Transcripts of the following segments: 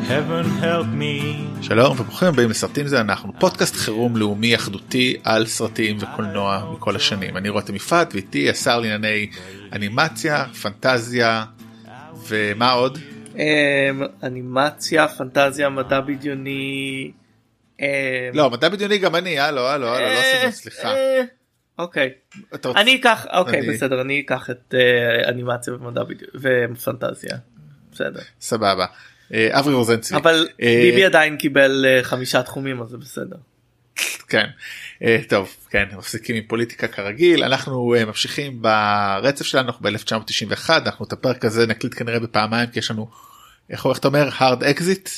heaven help me. שלום וברוכים הבאים לסרטים זה אנחנו, פודקאסט חירום לאומי אחדותי על סרטים וקולנוע מכל השנים. אני רותם יפעת ואיתי השר לענייני אנימציה, פנטזיה ומה עוד? אנימציה, פנטזיה, מדע בדיוני. לא, מדע בדיוני גם אני, לא עשינו, סליחה. אוקיי, אני אקח, אוקיי בסדר, אני אקח את אנימציה ומדע בדיוני ופנטזיה, בסדר. סבבה. אברי רוזנצבי. אבל ביבי עדיין קיבל 5 תחומים, אז זה בסדר. כן, טוב, כן, מפסיקים עם פוליטיקה כרגיל. אנחנו ממשיכים ברצף שלנו ב-1991, אנחנו את הפרק הזה נקליט כנראה בפעמיים, כי יש לנו, איך אתה אומר, hard exit?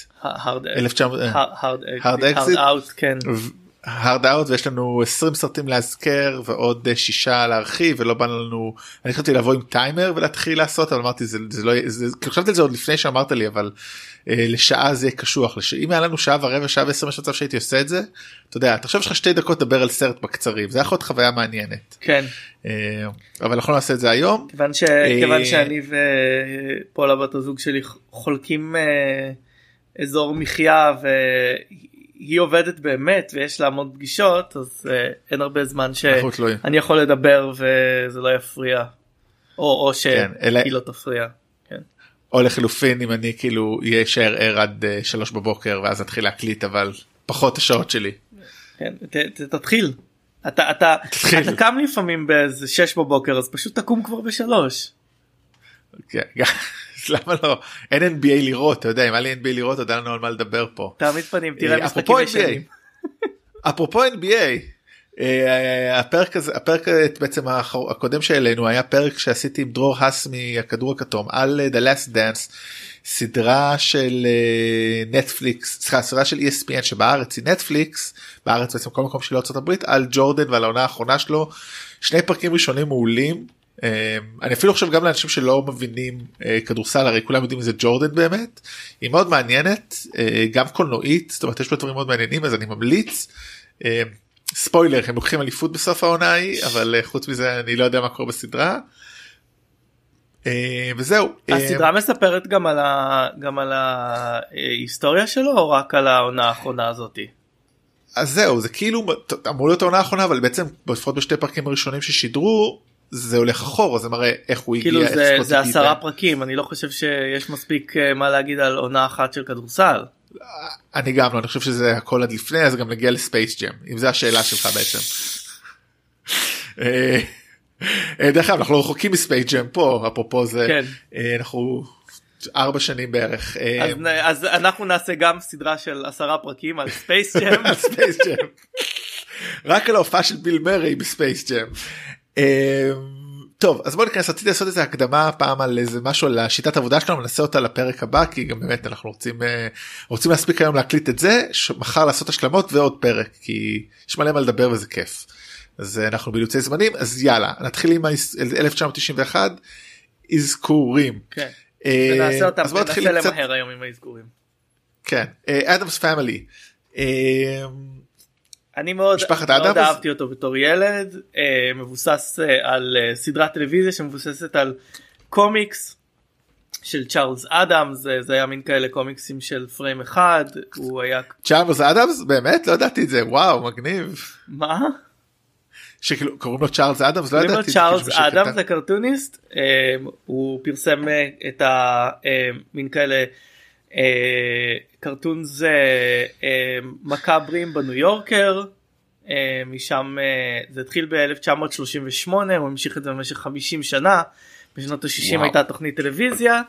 hard out, כן. hard out, ויש לנו 20 סרטים להזכר ועוד 6 להרחיב, ולא בא לנו, אני חשבתי לבוא עם טיימר ולהתחיל לעשות, אבל אמרתי, חשבתי על זה עוד לפני שאמרת לי, אבל לשעה זה יהיה קשוח. אם היה לנו שעה ורבע, שעה ו20 מצב שהייתי עושה את זה, אתה יודע, אתה חושב שלך 2 דקות לדבר על סרט בקצרים, זה יכול להיות חוויה מעניינת. כן. אבל אנחנו נעשה את זה היום. כיוון שאני ופולה בת הזוג שלי חולקים אזור מחיה היא עובדת באמת ויש לה המון פגישות, אז אין הרבה זמן שאני יכול לדבר וזה לא יפריע, או שהיא לא תפריע. או לחילופין אם אני כאילו יהיה שער ער עד 3 בבוקר ואז אתחיל להקליט, אבל פחות השעות שלי. כן, תתחיל. אתה קם לפעמים באיזה 6 בבוקר, אז פשוט תקום כבר ב3. כן, למה לא? אין NBA לראות, אתה יודע, אם היה לי NBA לראות, עוד היה לנו על מה לדבר פה. תעמיד פנים, תראה משחקים ישנים. אפרופו NBA, הפרק בעצם הקודם שהעלינו, היה פרק שעשיתי עם דרור הס מהכדור הכתום, על The Last Dance, סדרה של נטפליקס, סדרה של ESPN שבארץ היא נטפליקס, בארץ בעצם כל מקום של ארצות הברית, על ג'ורדן ועל העונה האחרונה שלו, 2 פרקים ראשונים מעולים, אני אפילו חושב גם לאנשים שלא מבינים כדורסל, הרי כולם יודעים איזה ג'ורדן באמת, היא מאוד מעניינת, גם קולנועית, זאת אומרת יש בה דברים מאוד מעניינים, אז אני ממליץ, ספוילר, הם לוקחים אליפות בסוף העונה ההיא, אבל חוץ מזה אני לא יודע מה קורה בסדרה, וזהו. הסדרה מספרת גם על ההיסטוריה שלו, או רק על העונה האחרונה הזאת? אז זהו, זה כאילו אמור להיות העונה האחרונה, אבל בעצם לפחות ב2 פרקים הראשונים ששידרו, זה הולך אחורה, זה מראה איך הוא הגיע. כאילו זה 10 פרקים, אני לא חושב שיש מספיק מה להגיד על עונה אחת של כדורסל. אני גם לא, אני חושב שזה הכל עד לפני, אז גם נגיע לספייס ג'ם, אם זה השאלה שלך בעצם. דרך אגב, אנחנו לא רחוקים מספייס ג'ם פה, אפרופו זה, אנחנו 4 שנים בערך. אז אנחנו נעשה גם סדרה של 10 פרקים על ספייס ג'ם. על ספייס ג'ם. רק על ההופעה של ביל מרי בספייס ג'ם. טוב, אז בואו ניכנס, רציתי לעשות איזה הקדמה פעם על איזה משהו על השיטת עבודה שלנו, ננסה אותה לפרק הבא, כי גם באמת אנחנו רוצים להספיק היום להקליט את זה, מחר לעשות השלמות ועוד פרק, כי יש מלא מה לדבר וזה כיף. אז אנחנו באילוצי זמנים, אז יאללה, נתחיל עם 1991, אזכורים. כן, ונעשה אותם, ננסה למהר היום עם האזכורים. כן, אדמס פמילי. אני מאוד אהבתי אותו בתור ילד, מבוסס על סדרת טלוויזיה שמבוססת על קומיקס של צ'ארלס אדמס, זה היה מין כאלה קומיקסים של פריים אחד, הוא היה... צ'ארלס אדמס? באמת? לא ידעתי את זה, וואו, מגניב. מה? שכאילו קוראים לו צ'ארלס אדמס? לא ידעתי את זה. צ'ארלס אדמס הקרטוניסט, הוא פרסם את המין כאלה... קרטון זה מקאברים בניו יורקר, משם זה התחיל ב-1938, הוא המשיך את זה במשך 50 שנה, בשנות ה-60 הייתה תוכנית טלוויזיה,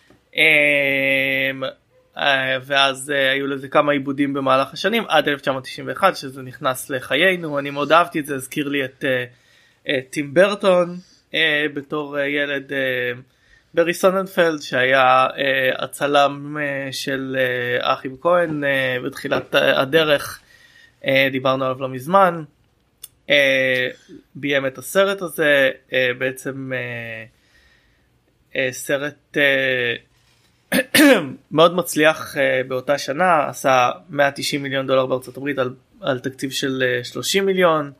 ואז היו לזה כמה עיבודים במהלך השנים, עד 1991 שזה נכנס לחיינו, אני מאוד אהבתי את זה, הזכיר לי את טים ברטון בתור ילד, ברי סוננפלד שהיה הצלם של אחים כהן בתחילת הדרך, דיברנו עליו לא מזמן, ביים את הסרט הזה, בעצם סרט מאוד מצליח באותה שנה, עשה $190 מיליון בארצות הברית על תקציב של 30 מיליון,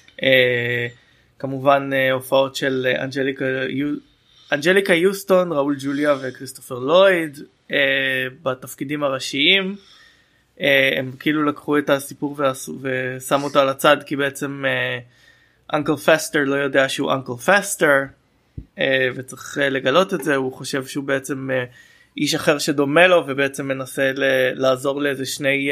כמובן הופעות של אנג'ליקה יוסטון, ראול ג'וליה וכריסטופר לויד, בתפקידים הראשיים. הם כאילו לקחו את הסיפור ושמו אותו על הצד, כי בעצם אנקל פסטר לא יודע שהוא אנקל פסטר, וצריך לגלות את זה. הוא חושב שהוא בעצם איש אחר שדומה לו, ובעצם מנסה לעזור לאיזה שני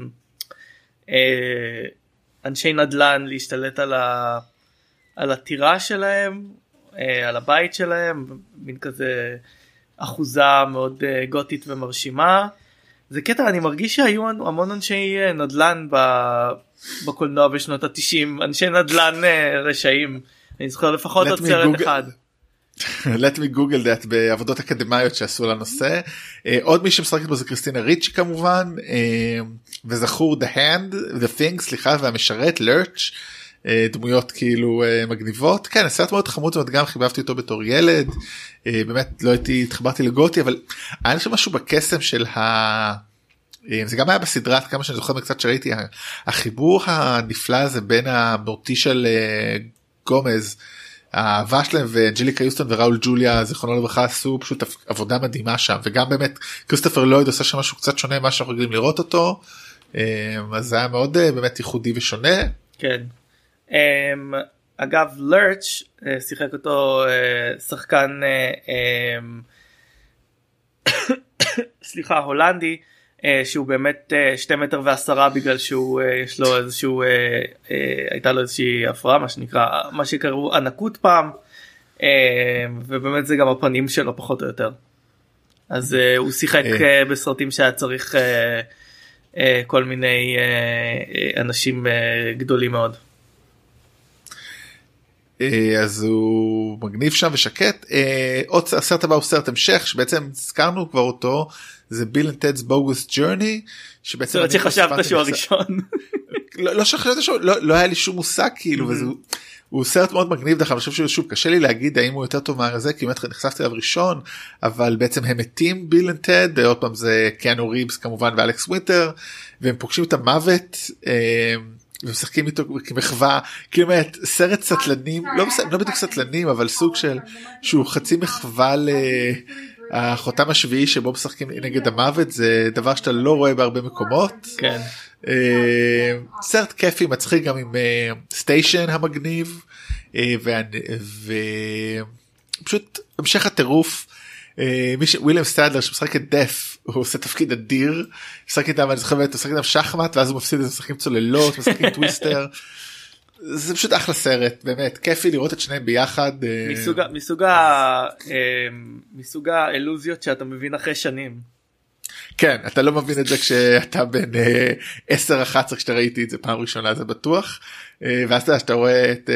אנשי נדל"ן להשתלט על הטירה שלהם, על הבית שלהם, מין כזה אחוזה מאוד גותית ומרשימה. זה קטע, אני מרגיש שהיו המון אנשי נדל"ן בקולנוע בשנות ה-90, אנשי נדל"ן רשעים. אני זוכר לפחות עוד סרט אחד. let me google that בעבודות אקדמיות שעשו לנושא. עוד מי שמשחקת בו זה קריסטינה ריצ'י כמובן, וזכור the thing, סליחה, והמשרת לרץ', דמויות כאילו מגניבות. כן, הסרט מאוד חמוד, וגם חיבבתי אותו בתור ילד, באמת לא התחברתי לגותי, אבל היה שם משהו בקסם של זה גם היה בסדרה, כמה שאני זוכר קצת שראיתי, החיבור הנפלא הזה בין המורטי של גומז, האהבה שלהם, ואנג'ליקה יוסטון וראול ג'וליה זיכרונו לברכה עשו פשוט עבודה מדהימה שם, וגם באמת כריסטופר לויד עושה שם משהו קצת שונה ממה שאנחנו רגילים לראות אותו, אז זה היה מאוד באמת ייחודי ושונה. כן. אגב, לרץ' שיחק אותו שחקן סליחה, הולנדי, שהוא באמת 2 מטר ו10, בגלל שהוא יש לו איזשהו הייתה לו איזושהי הפרעה, מה שקראו ענקות פעם, ובאמת זה גם הפנים שלו פחות או יותר. אז הוא שיחק בסרטים שהיה צריך כל מיני אנשים גדולים מאוד. אז הוא מגניב שם ושקט. עוד הסרט הבא הוא סרט המשך שבעצם הזכרנו כבר אותו, זה ביל אנד טד's בוגוס ג'ורני, שבעצם זאת שחשבת שהוא הראשון. לא היה לי שום מושג כאילו, הוא סרט מאוד מגניב דרך, אני חושב שהוא שוב קשה לי להגיד האם הוא יותר טוב מהזה, כי באמת נחשפתי עליו ראשון, אבל בעצם הם מתים ביל אנד טד, עוד פעם זה קיאנו ריבס כמובן ואלכס ווינטר, והם פוגשים את המוות ומשחקים איתו כמחווה, כאילו באמת סרט סטלנים, לא בדיוק סטלנים, אבל סוג של שהוא חצי מחווה החותם השביעי שבו משחקים נגד המוות, זה דבר שאתה לא רואה בהרבה מקומות. כן. סרט כיפי, מצחיק גם עם סטיישן המגניב, ופשוט המשך הטירוף. וויליאם סטאדלר שמשחק את דף, הוא עושה תפקיד אדיר, משחק איתם, אני זוכר, הוא משחק איתם שחמט, ואז הוא מפסיד את זה, משחקים צוללות, משחקים טוויסטר. זה פשוט אחלה סרט, באמת כיפי לראות את שניהם ביחד. מסוג האלוזיות שאתה מבין אחרי שנים. כן, אתה לא מבין את זה כשאתה בן 10-11, כשאתה ראיתי את זה פעם ראשונה, זה בטוח. ואז אתה רואה את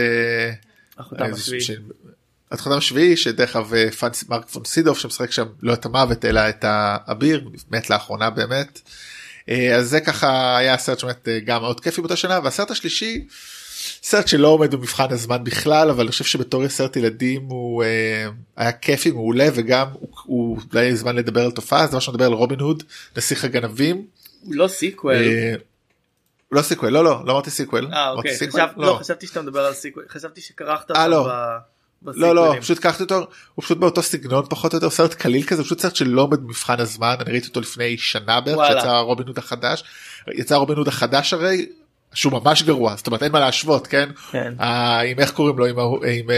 החותם השביעי, שדרך אגב מרק פון סידוף שמשחק שם לא את המוות אלא את האביר, מת לאחרונה באמת. אז זה ככה היה הסרט שבאמת גם מאוד כיפי באותה שנה. והסרט השלישי, סרט שלא עומד במבחן הזמן בכלל, אבל אני חושב שבתור סרט ילדים הוא היה כיפי, מעולה, וגם הוא אולי זמן לדבר על תופעה, זה מה שנדבר על רובין הוד, נסיך הגנבים. הוא לא סיקוול. לא סיקוול, לא אמרתי סיקוול. אוקיי, חשבתי שאתה מדבר על סיקוול, חשבתי שקרחת אותו לא, פשוט קחתי אותו, הוא פשוט באותו סגנון פחות או יותר, סרט קליל כזה, פשוט סרט שלא עומד במבחן הזמן, אני ראיתי אותו לפני שנה בערך, שיצא רובין הוד החדש, יצא רובין הוד החדש הרי, שהוא ממש גרוע, זאת אומרת אין מה להשוות, כן? עם איך קוראים לו, עם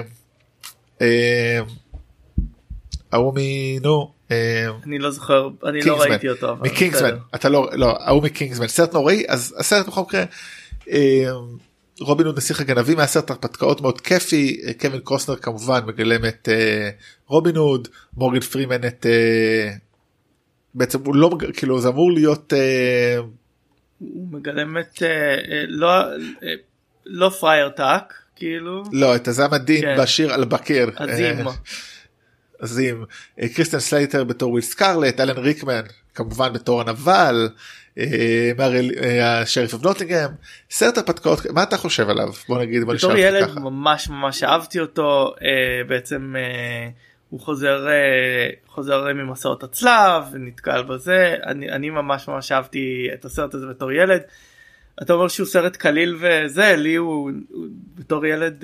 ההוא נו, אני לא זוכר, אני לא ראיתי אותו. מקינגסמן, אתה לא, ההוא מקינגסמן, סרט נוראי, אז הסרט בכל מקרה, רובין הוד נסיך הגנבים, היה סרט הרפתקאות מאוד כיפי, קווין קוסנר כמובן מגלם את רובין הוד, מורגן פרימן את, בעצם הוא לא, כאילו זה אמור להיות, הוא מגלם את לא פרייר טאק כאילו, לא, את הזם הדין בשיר על בקר, עזים, קריסטן סלייטר בתור וויל סקארלט, אלן ריקמן כמובן בתור הנבל, השריף אוף נוטינגהאם. סרט הרפתקאות, מה אתה חושב עליו? בוא נגיד, בתור ילד ממש ממש אהבתי אותו, בעצם הוא חוזר ממסעות הצלב ונתקל בזה. אני ממש ממש אהבתי את הסרט הזה בתור ילד. אתה אומר שהוא סרט קליל וזה, לי הוא בתור ילד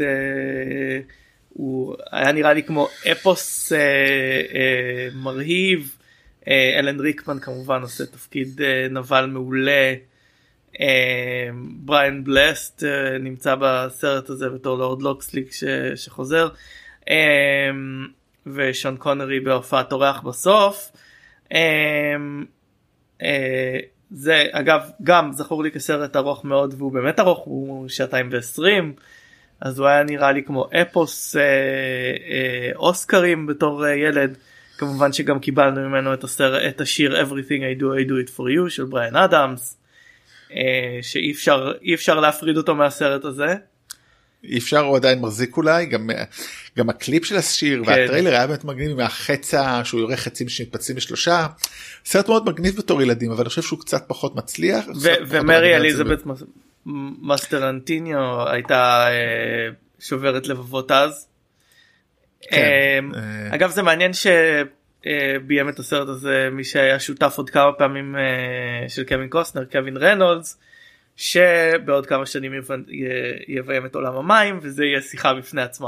הוא היה נראה לי כמו אפוס מרהיב, אלן ריקמן כמובן עושה תפקיד נבל מעולה, בריין בלסט נמצא בסרט הזה בתור לורד לוקסלי שחוזר, ושון קונרי בהופעת אורח בסוף. זה אגב גם זכור לי כסרט ארוך מאוד, והוא באמת ארוך, הוא 2:20, אז הוא היה נראה לי כמו אפוס אוסקרים בתור ילד. כמובן שגם קיבלנו ממנו את השיר Everything I Do I Do It For You של בריאן אדמס, שאי אפשר להפריד אותו מהסרט הזה. אי אפשר, הוא עדיין מחזיק אולי, גם הקליפ של השיר והטריילר היה באמת מגניב, מהחצה שהוא יורה חצים שמתפצלים בשלושה, סרט מאוד מגניב בתור ילדים, אבל אני חושב שהוא קצת פחות מצליח. ומרי אליזבת מסטרנטיניו הייתה שוברת לבבות אז. אגב זה מעניין שביים את הסרט הזה מי שהיה שותף עוד כמה פעמים של קווין קוסטנר, קווין רנולדס, שבעוד כמה שנים יביים את עולם המים, וזה יהיה שיחה בפני עצמה.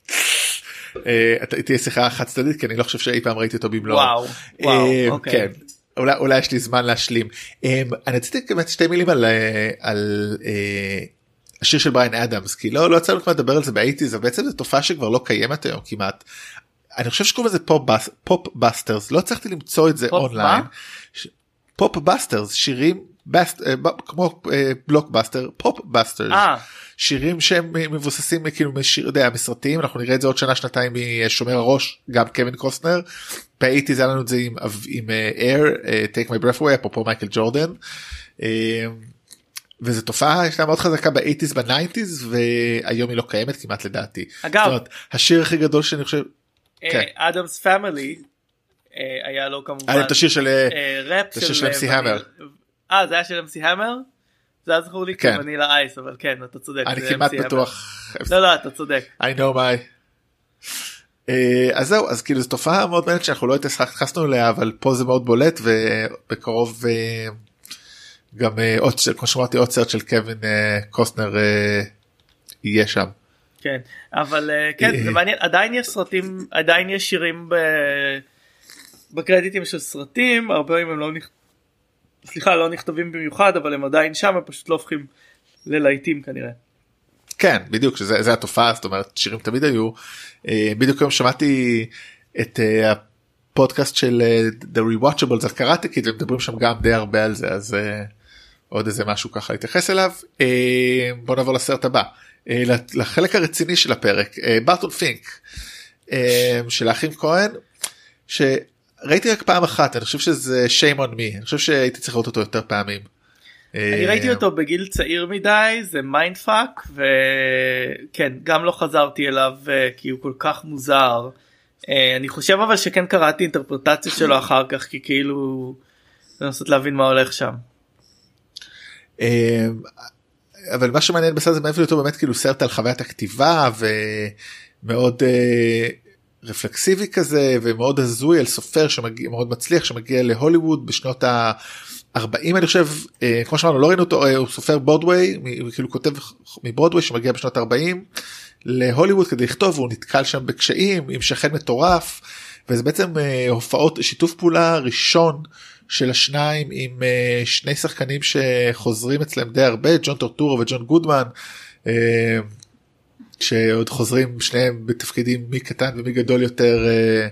תהיה שיחה חד צדדית, כי אני לא חושב שאי פעם ראיתי אותו במלואו. וואו, אוקיי. כן, אולי יש לי זמן להשלים. אני רציתי באמת שתי מילים על השיר של בריין אדמס, כי לא יצא לנו כבר לדבר על זה באייטיז, אבל בעצם זו תופעה שכבר לא קיימת היום כמעט. אני חושב שקוראים לזה פופ בסטרס, לא הצלחתי למצוא את זה אונליין. פופ בסטרס, שירים כמו בלוקבאסטר, פופ בסטרס, שירים שהם מבוססים כאילו מסרטים, אנחנו נראה את זה עוד שנה שנתיים משומר הראש, גם קווין קוסטנר, באייטיז היה לנו את זה עם Air, Take My Breath Away, אפרופו מייקל ג'ורדן, וזו תופעה שהייתה מאוד חזקה באייטיז בניינטיז, והיום היא לא קיימת כמעט לדעתי. אגב, השיר הכי גדול שאני חושב, אדמס פמילי, היה לו כמובן את השיר של ראפ של MC המר. זה היה של MC המר? זה היה זכור לי כוונילה אייס, אבל כן, אתה צודק. אני כמעט בטוח. לא, אתה צודק. I know my. אז זהו, אז כאילו זו תופעה מאוד מעניינת שאנחנו לא התייחסנו אליה, אבל פה זה מאוד בולט, ובקרוב גם עוד, כמו שאמרתי, עוד סרט של קווין קוסטנר יהיה שם. כן, אבל כן, זה מעניין, עדיין יש סרטים, עדיין יש שירים בקרדיטים של סרטים, הרבה פעמים הם לא נכתבים במיוחד, אבל הם עדיין שם, הם פשוט לא הופכים ללהיטים כנראה. כן, בדיוק, שזה התופעה, זאת אומרת, שירים תמיד היו. בדיוק היום שמעתי את הפודקאסט של The Rewatchables, אז קראתי, כי מדברים שם גם די הרבה על זה, אז עוד איזה משהו ככה להתייחס אליו. בוא נעבור לסרט הבא. לחלק הרציני של הפרק, ברטון פינק, של האחים כהן, שראיתי רק פעם אחת, אני חושב שזה shame on me, אני חושב שהייתי צריך לראות אותו יותר פעמים. אני ראיתי אותו בגיל צעיר מדי, זה מיינדפאק, וכן, גם לא חזרתי אליו כי הוא כל כך מוזר. אני חושב אבל שכן קראתי אינטרפרטציה שלו אחר כך, כי כאילו לנסות להבין מה הולך שם. אבל מה שמעניין בסרט זה מעבר אותו באמת כאילו סרט על חוויית הכתיבה, ומאוד רפלקסיבי כזה, ומאוד הזוי על סופר שמאוד מצליח, שמגיע להוליווד בשנות ה-40, אני חושב, כמו שאמרנו, לא ראינו אותו, הוא סופר ברודווי, כאילו כותב מברודווי שמגיע בשנות ה-40 להוליווד כדי לכתוב, והוא נתקל שם בקשיים עם שכן מטורף, וזה בעצם הופעות, שיתוף פעולה ראשון של השניים עם שני שחקנים שחוזרים אצלם די הרבה, ג'ון טורטורו וג'ון גודמן, שעוד חוזרים שניהם בתפקידים מי קטן ומי גדול יותר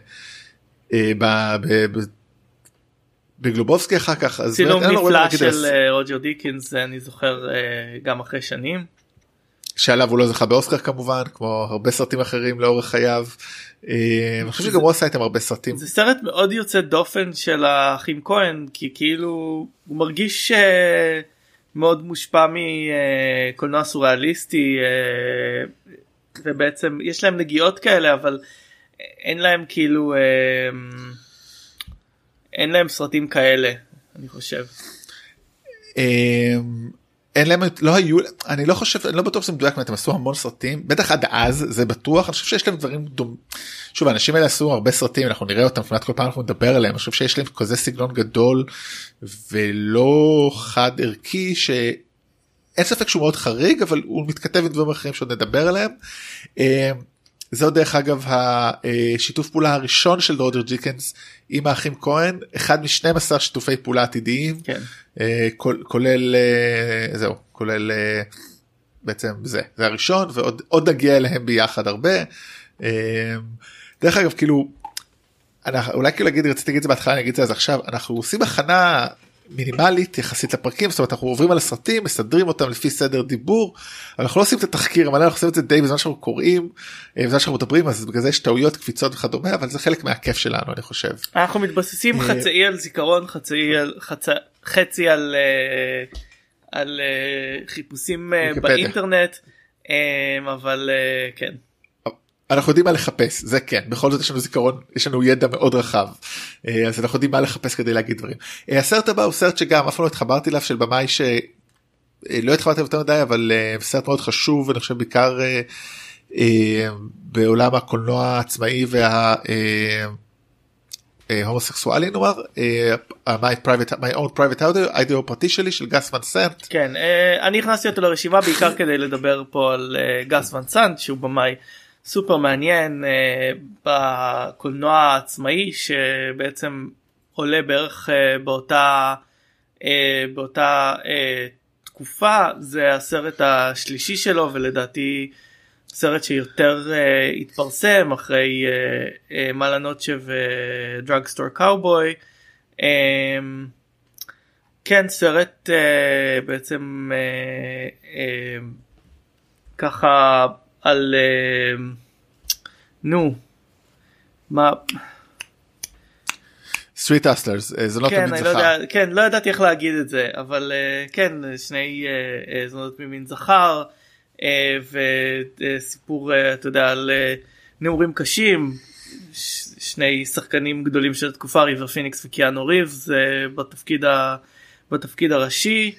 בגלובובסקי אחר כך. צילום נפלא של רוג'ר דיקינס, אני זוכר גם אחרי שנים. שעליו הוא לא זכה באוסקר כמובן, כמו הרבה סרטים אחרים לאורך חייו. אני חושב שגם הוא עשה איתם הרבה סרטים. זה סרט מאוד יוצא דופן של האחים כהן, כי כאילו הוא מרגיש מאוד מושפע מקולנוע סוריאליסטי, ובעצם יש להם נגיעות כאלה, אבל אין להם כאילו, אין להם סרטים כאלה, אני חושב. אין להם, לא היו, אני לא חושב, אני לא בטוח שזה מדויק, הם עשו המון סרטים, בטח עד אז, זה בטוח, אני חושב שיש להם דברים דומים, שוב, האנשים האלה עשו הרבה סרטים, אנחנו נראה אותם, כמעט כל פעם אנחנו נדבר עליהם, אני חושב שיש להם כזה סגנון גדול, ולא חד ערכי, שאין ספק שהוא מאוד חריג, אבל הוא מתכתב עם דברים אחרים שעוד נדבר עליהם. זהו דרך אגב השיתוף פעולה הראשון של רוג'ר דיקנס עם האחים כהן, אחד מ-12 שיתופי פעולה עתידיים, כן. כולל זהו, כולל בעצם זה הראשון, ועוד נגיע אליהם ביחד הרבה. דרך אגב כאילו, אולי כאילו רציתי להגיד את זה בהתחלה, אני אגיד את זה אז עכשיו, אנחנו עושים הכנה מינימלית יחסית לפרקים, זאת אומרת אנחנו עוברים על הסרטים, מסדרים אותם לפי סדר דיבור, אבל אנחנו לא עושים את התחקיר, אבל אנחנו עושים את זה די בזמן שאנחנו קוראים, בזמן שאנחנו מדברים, אז בגלל זה יש טעויות, קפיצות וכדומה, אבל זה חלק מהכיף שלנו אני חושב. אנחנו מתבססים חצאי על זיכרון, חצי על חיפושים באינטרנט, אבל כן. אנחנו יודעים מה לחפש, זה כן, בכל זאת יש לנו זיכרון, יש לנו ידע מאוד רחב, אז אנחנו יודעים מה לחפש כדי להגיד דברים. הסרט הבא הוא סרט שגם אף פעם לא התחברתי אליו, של במאי שלא התחברתי יותר מדי, אבל סרט מאוד חשוב, ואני חושב בעיקר בעולם הקולנוע העצמאי וההומוסקסואלי נאמר, My Own Private Audio, האידיו הפרטי שלי של גס ון סנט. כן, אני הכנסתי אותו לרשימה בעיקר כדי לדבר פה על גס ון סנט, שהוא במאי סופר מעניין בקולנוע העצמאי שבעצם עולה בערך באותה תקופה. זה הסרט השלישי שלו ולדעתי סרט שיותר התפרסם אחרי מלנוצ'ה ודרגסטור קאובוי. כן, סרט בעצם ככה על נו מה סטריט אסלרס, זה לא תמיד זכר. כן, לא ידעתי איך להגיד את זה, אבל כן, שני זונות ממין זכר, וסיפור אתה יודע על נעורים קשים, שני שחקנים גדולים של התקופה, ריבר פיניקס וקיאנו ריבס בתפקיד הראשי.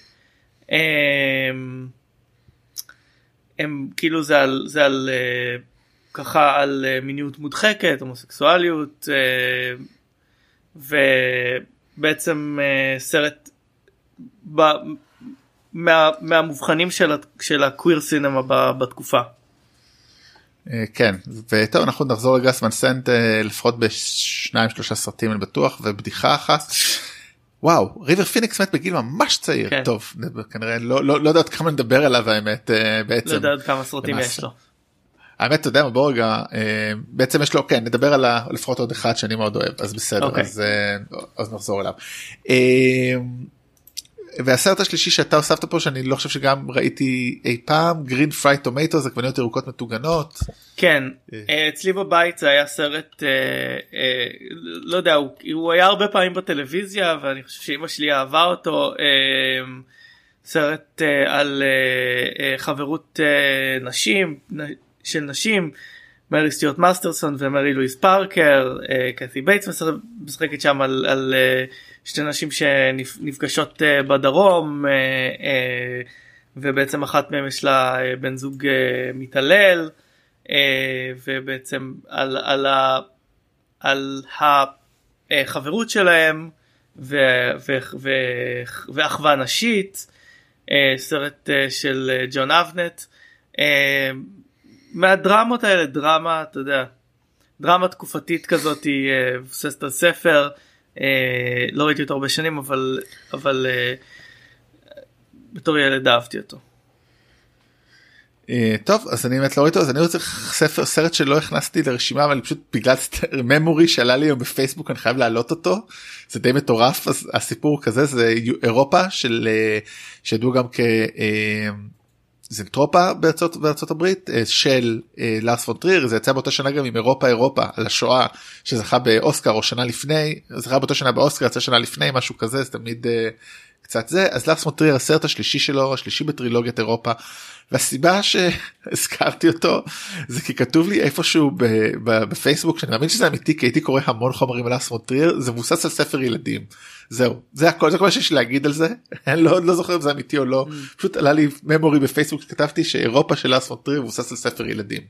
הם כאילו זה על ככה על מיניות מודחקת, הומוסקסואליות, ובעצם סרט מהמובחנים של הקוויר סינמה בתקופה. כן, וטוב, אנחנו נחזור לגס ון סנט לפחות ב2-3 סרטים אני בטוח, ובדיחה אחת. וואו, ריבר פיניקס מת בגיל ממש צעיר. כן. טוב, כנראה לא יודעת כמה נדבר עליו האמת בעצם. לא יודעת כמה סרטים יש לו. האמת, אתה יודע מה, בוא רגע, בעצם יש לו, כן, נדבר על לפחות עוד אחד שאני מאוד אוהב, אז בסדר, אז נחזור אליו. והסרט השלישי שאתה הוספת פה, שאני לא חושב שגם ראיתי אי פעם, גרין פרייד טומטו, זה עגבניות ירוקות מטוגנות. כן, אצלי בבית זה היה סרט, לא יודע, הוא היה הרבה פעמים בטלוויזיה, ואני חושב שאמא שלי אהבה אותו, סרט על חברות נשים, של נשים, מרי סטיוארט מאסטרסון ומרי לואיס פארקר, קאתי בייטס משחקת שם על שתי נשים שנפגשות בדרום, ובעצם אחת מהם יש לה בן זוג מתעלל, ובעצם על החברות שלהם ואחווה נשית, סרט של ג'ון אבנט, מהדרמות האלה, דרמה, אתה יודע, דרמה תקופתית כזאת, היא מבוססת על ספר, לא ראיתי אותו הרבה שנים, אבל בתור ילד אהבתי אותו. טוב, אז אני באמת לא ראיתי אותו, אז אני רוצה סרט שלא הכנסתי לרשימה, אבל פשוט בגלל ממורי שעלה לי היום בפייסבוק, אני חייב להעלות אותו, זה די מטורף, אז הסיפור כזה, זה אירופה, שידעו גם זנטרופה בארצות הברית, של לארס פון טריר, זה יצא באותה שנה גם עם אירופה על השואה, שזכה באוסקר או שנה לפני, זכה באותה שנה באוסקר, יצא שנה לפני, משהו כזה, זה תמיד קצת זה. אז לארס פון טריר, הסרט השלישי שלו, השלישי בטרילוגיית אירופה, והסיבה שהזכרתי אותו, זה כי כתוב לי איפשהו בפייסבוק, שאני מאמין שזה אמיתי, כי הייתי קורא המון חומרים על לארס פון טריר, זה מבוסס על ספר ילדים. זהו, זה הכל, זה כל מה שיש להגיד על זה, אני לא זוכר אם זה אמיתי או לא, פשוט עלה לי ממורי בפייסבוק, כתבתי שאירופה של לארס פון טריר מבוסס על ספר ילדים.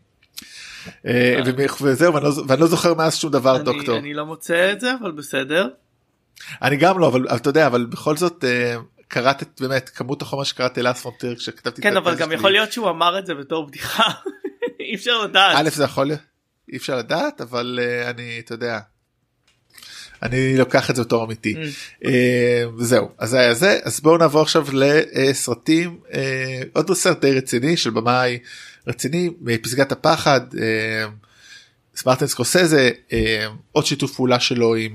וזהו, ואני לא זוכר מאז שום דבר, דוקטור. אני לא מוצא את זה, אבל בסדר. אני גם לא, אבל אתה יודע, אבל בכל זאת, קראת באמת כמות החומר שקראתי לארס פון טריר, כשכתבתי כן, אבל גם יכול להיות שהוא אמר את זה בתור בדיחה, אי אפשר לדעת. א', זה יכול להיות. אי אפשר לדעת, אבל אני, אתה יודע, אני לוקח את זה בתור אמיתי. זהו, אז זה היה זה. אז בואו נעבור עכשיו לסרטים, עוד סרט די רציני של במאי רציני, מפסגת הפחד, מרטין סקורסזה, עוד שיתוף פעולה שלו עם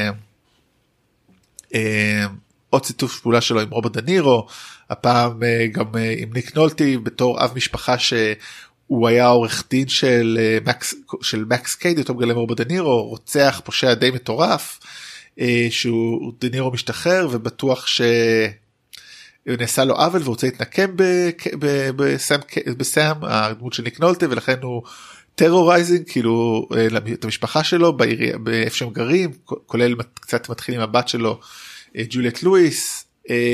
רוברט דה נירו, הפעם גם עם ניק נולטי בתור אב משפחה שהוא היה עורך דין של מקס קייד, אותו מגלם רוברט דה נירו, רוצח פושע די מטורף, שהוא דה נירו משתחרר ובטוח נעשה לו עוול ורוצה להתנקם בסם, הדמות של ניק נולטי, ולכן הוא טרורייזינג כאילו את המשפחה שלו באיפה שהם גרים, כולל קצת מתחיל עם הבת שלו ג'וליאט לואיס,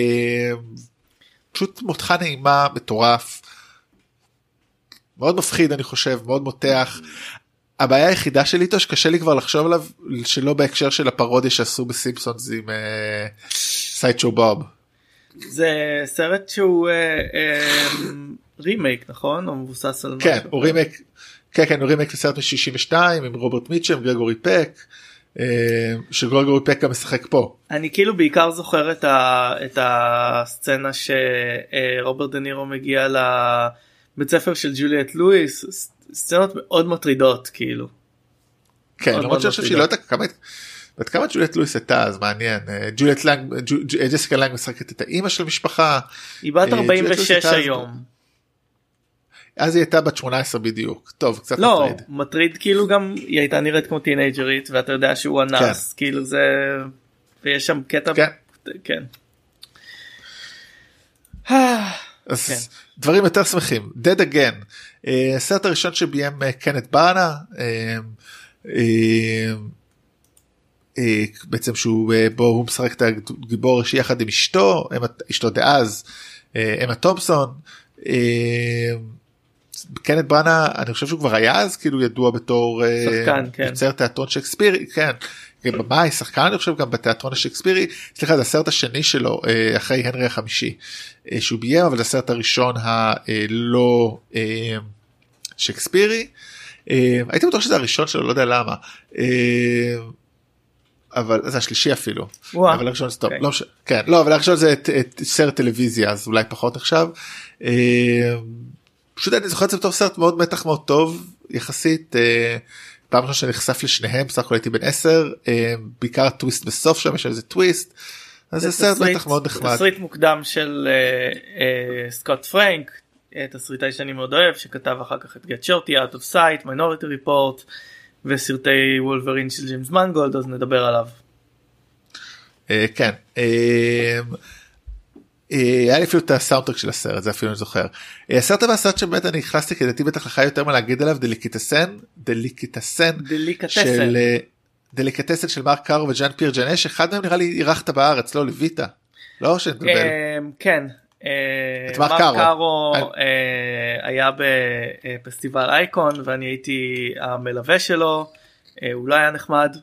פשוט מותחה נעימה, מטורף, מאוד מפחיד אני חושב, מאוד מותח. הבעיה היחידה שלי איתו שקשה לי כבר לחשוב עליו שלא בהקשר של הפרודיה שעשו בסימפסונס עם סיידשו בוב. זה סרט שהוא רימייק, נכון? הוא מבוסס על כן, הוא רימייק, כן, הוא רימייק לסרט מ-62 עם רוברט מיטשם, גרגורי פק, שגרגורי פק גם משחק פה. אני כאילו בעיקר זוכר את הסצנה שרוברט דה נירו מגיע לבית ספר של ג'וליאט לואיס, סצנות מאוד מטרידות כאילו. כן, למרות שאני חושב שהיא לא יודעת כמה ג'וליאט לואיס הייתה, אז מעניין. ג'סיקה לנג משחקת את האימא של המשפחה. היא בת 46 היום. אז היא הייתה בת 18 בדיוק. טוב, קצת לא, מטריד. מטריד כאילו גם, היא הייתה נראית כמו טינאג'רית, ואתה יודע שהוא אנס, כאילו זה, ויש שם קטע, כן. אז דברים יותר שמחים. Dead Again, הסרט הראשון שביים קנת בראנה, בעצם בו הוא משחק את הגיבור הראשי יחד עם אשתו דאז, אמה תומפסון. קנת בראנה, אני חושב שהוא כבר היה אז כאילו ידוע בתור יוצר תיאטרון שייקספירי, כן, במאי, שחקן אני חושב גם בתיאטרון השייקספירי, סליחה, זה הסרט השני שלו אחרי הנרי החמישי שהוא ביים, אבל זה הסרט הראשון הלא שייקספירי, הייתי בטוח שזה הראשון שלו, לא יודע למה, אבל זה השלישי אפילו, אבל הראשון זה טוב, כן, לא, אבל הראשון זה סרט טלוויזיה, אז אולי פחות עכשיו, פשוט אני זוכר את זה בתור סרט מאוד מתח מאוד טוב יחסית, פעם ראשונה שנחשף לשניהם, בסך הכל הייתי בן 10, בעיקר הטוויסט בסוף שם, יש איזה טוויסט, אז זה סרט מתח מאוד נחמד. תסריט מוקדם של סקוט פרנק, תסריטאי שאני מאוד אוהב, שכתב אחר כך את Get Shorty, Out of Sight, Minority Report, וסרטי וולברין של ג'יימס מנגולד, אז נדבר עליו. כן, היה לי אפילו את הסאונדטרק של הסרט, זה אפילו אני זוכר. הסרט הבא, הסרט שבאמת אני הכנסתי, כי דעתי בטח לך יותר מה להגיד עליו, דליקטסן של מרק קארו וג'אן פייר ג'נש, אחד מהם נראה לי אירחת בארץ, לא לויטה, לא שנתבל. כן, מרק קארו היה בפסטיבל אייקון, ואני הייתי המלווה שלו, הוא לא היה נחמד,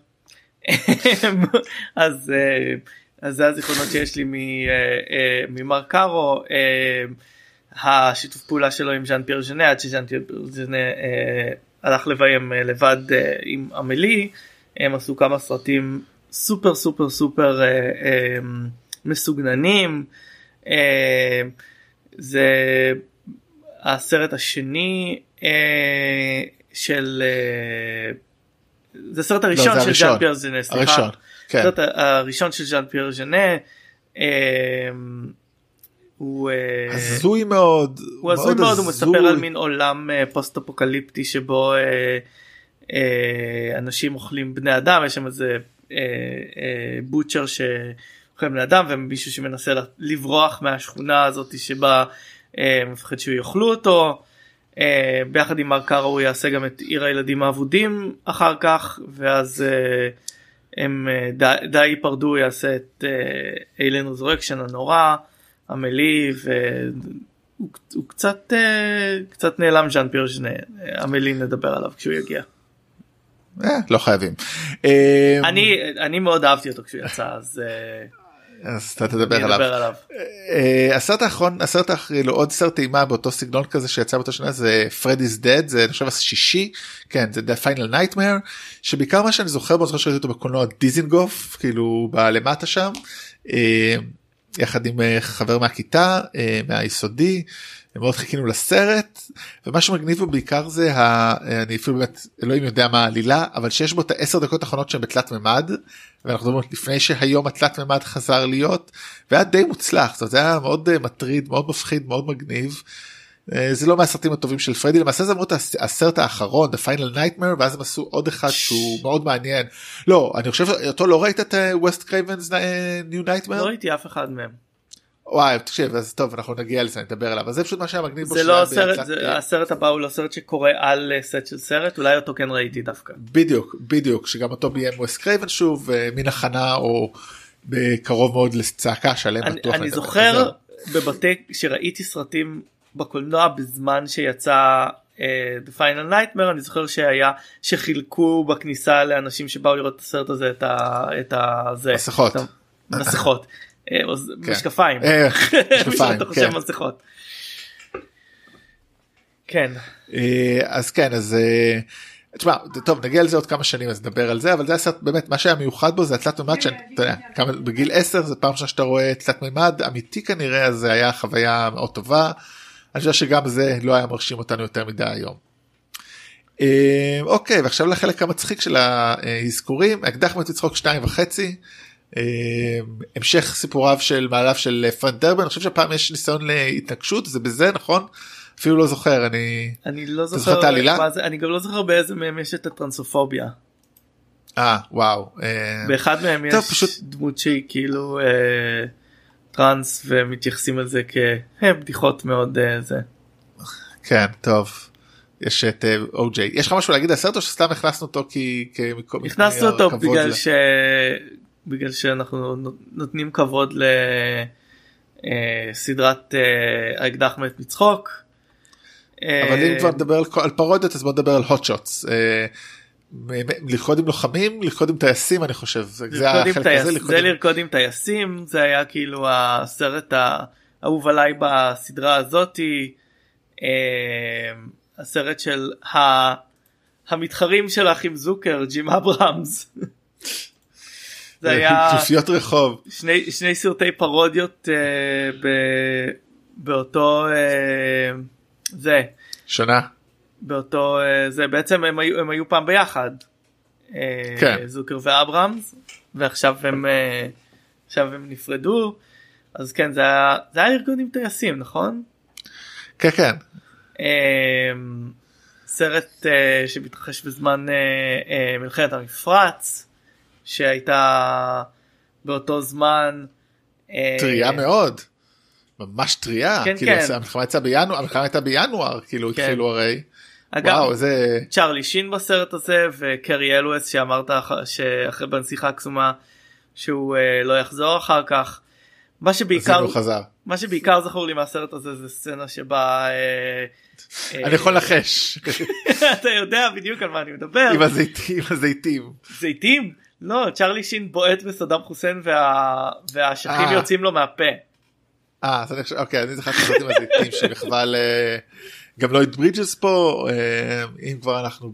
אז זה הזיכרונות שיש לי ממרק קארו, השיתוף פעולה שלו עם ז'אן פייר ז'נה, עד שז'אן פייר ז'נה הלך לביים לבד עם אמלי, הם עשו כמה סרטים סופר סופר סופר מסוגננים, זה הסרט השני של, זה הסרט הראשון של ז'אן פייר ז'נה, סליחה. הסרט הראשון של ז'אן פייר ז'נה, הוא הזוי מאוד, הוא הזוי מאוד, הוא מספר על מין עולם פוסט-אפוקליפטי שבו אנשים אוכלים בני אדם, יש שם איזה בוטשר שאוכלים בני אדם, ומישהו שמנסה לברוח מהשכונה הזאת שבה מפחד שהוא יאכלו אותו, ביחד עם מרק קארו הוא יעשה גם את עיר הילדים האבודים אחר כך, ואז הם די ייפרדו, יעשה את איילן רזורקשן הנורא, אמלי, והוא קצת נעלם ז'אן פייר ז'נה, אמלי נדבר עליו כשהוא יגיע. לא חייבים. אני מאוד אהבתי אותו כשהוא יצא, אז אז אתה תדבר עליו. הסרט האחרון, עוד סרט אימה באותו סגנון כזה שיצא באותו שנה, זה Freddy's Dead, זה אני חושב השישי, כן, זה The Final Nightmare, שבעיקר מה שאני זוכר, בזכר שראיתי אותו בקולנוע דיזינגוף, כאילו בלמטה שם, יחד עם חבר מהכיתה, מהיסודי, מאוד חיכינו לסרט, ומה שמגניב בו בעיקר זה, אני אפילו באמת, אלוהים יודע מה העלילה, אבל שיש בו את 10 דקות האחרונות שהן בתלת ממד, ואנחנו מדברים לפני שהיום התלת ממד חזר להיות, והיה די מוצלח, זאת אומרת, זה היה מאוד מטריד, מאוד מפחיד, מאוד מגניב, זה לא מהסרטים הטובים של פרדי, למעשה זה אמרו את הסרט האחרון, The Final Nightmare, ואז הם עשו עוד אחד שהוא מאוד מעניין, לא, אני חושב, אותו לא ראית את Wes Craven's New Nightmare? לא ראיתי אף אחד מהם. וואי, תקשיב, אז טוב, אנחנו נגיע לזה, נדבר עליו, אז זה פשוט מה שהיה מגניב בו. זה לא הסרט, הסרט הבא הוא לא סרט שקורא על סט של סרט, אולי אותו כן ראיתי דווקא. בדיוק, שגם אותו ביים וס קרייבן שוב, מן הכנה או בקרוב מאוד לצעקה שלם בטוח. אני זוכר בבתי, שראיתי סרטים בקולנוע בזמן שיצא The Final Nightmare, אני זוכר שחילקו בכניסה לאנשים שבאו לראות את הסרט הזה את מסכות. משקפיים, אתה חושב מסכות. כן. אז כן, אז תשמע, טוב, נגיע לזה עוד כמה שנים אז נדבר על זה, אבל זה הסרט באמת, מה שהיה מיוחד בו זה התלת מימד, שאתה יודע, בגיל 10 זה פעם שאתה רואה תלת מימד אמיתי כנראה, אז זה היה חוויה מאוד טובה, אני חושב שגם זה לא היה מרשים אותנו יותר מדי היום. אוקיי, ועכשיו לחלק המצחיק של ההזכורים, אקדח מת לצחוק 2.5, המשך סיפוריו של מעליו של פרנק דרבן, אני חושב שהפעם יש ניסיון להתנגשות, זה בזה נכון? אפילו לא זוכר, אני לא זוכר, אני גם לא זוכר באיזה מהם יש את הטרנסופוביה. וואו. באחד מהם יש דמות שהיא כאילו טרנס ומתייחסים על זה כבדיחות מאוד זה. כן, טוב. יש את אוג'יי. יש לך משהו להגיד על הסרט או שסתם הכנסנו אותו הכנסנו אותו בגלל שאנחנו נותנים כבוד לסדרת האקדח מת מצחוק. אבל אם כבר נדבר על פרודיות אז בוא נדבר על hot shots. לרקוד עם לוחמים, לרקוד עם טייסים אני חושב. זה לרקוד עם טייסים, זה היה כאילו הסרט האהוב עליי בסדרה הזאתי. הסרט של המתחרים של האחים זוקר, ג'ים אברהמס. זה היה כנופיות רחוב. שני סרטי פרודיות באותו זה. שנה. באותו זה, בעצם הם היו פעם ביחד. כן. זוקר ואברהמס, ועכשיו הם נפרדו. אז כן, זה היה ארגון עם טייסים, נכון? כן, כן. סרט שמתרחש בזמן מלחמת המפרץ, שהייתה באותו זמן טריה מאוד, ממש טריה, כן, כאילו כן. המלחמה הייתה בינואר, כאילו כן. התחילו הרי. אגב, וואו, זה צ'רלי שין בסרט הזה וקרי אלווס שאמרת שאחרי בנסיכה קסומה שהוא לא יחזור אחר כך. מה שבעיקר זכור לי מהסרט הזה זה סצנה שבה אני יכול לחש. אתה יודע בדיוק על מה אני מדבר. עם הזיתים. זיתים? לא, צ'רלי שין בועט בסדאם חוסיין והאשכים יוצאים לו מהפה. אוקיי, אני זכרתי לעשות עם הזיתים שמחווה גם לויד ברידג'ס פה, אם כבר אנחנו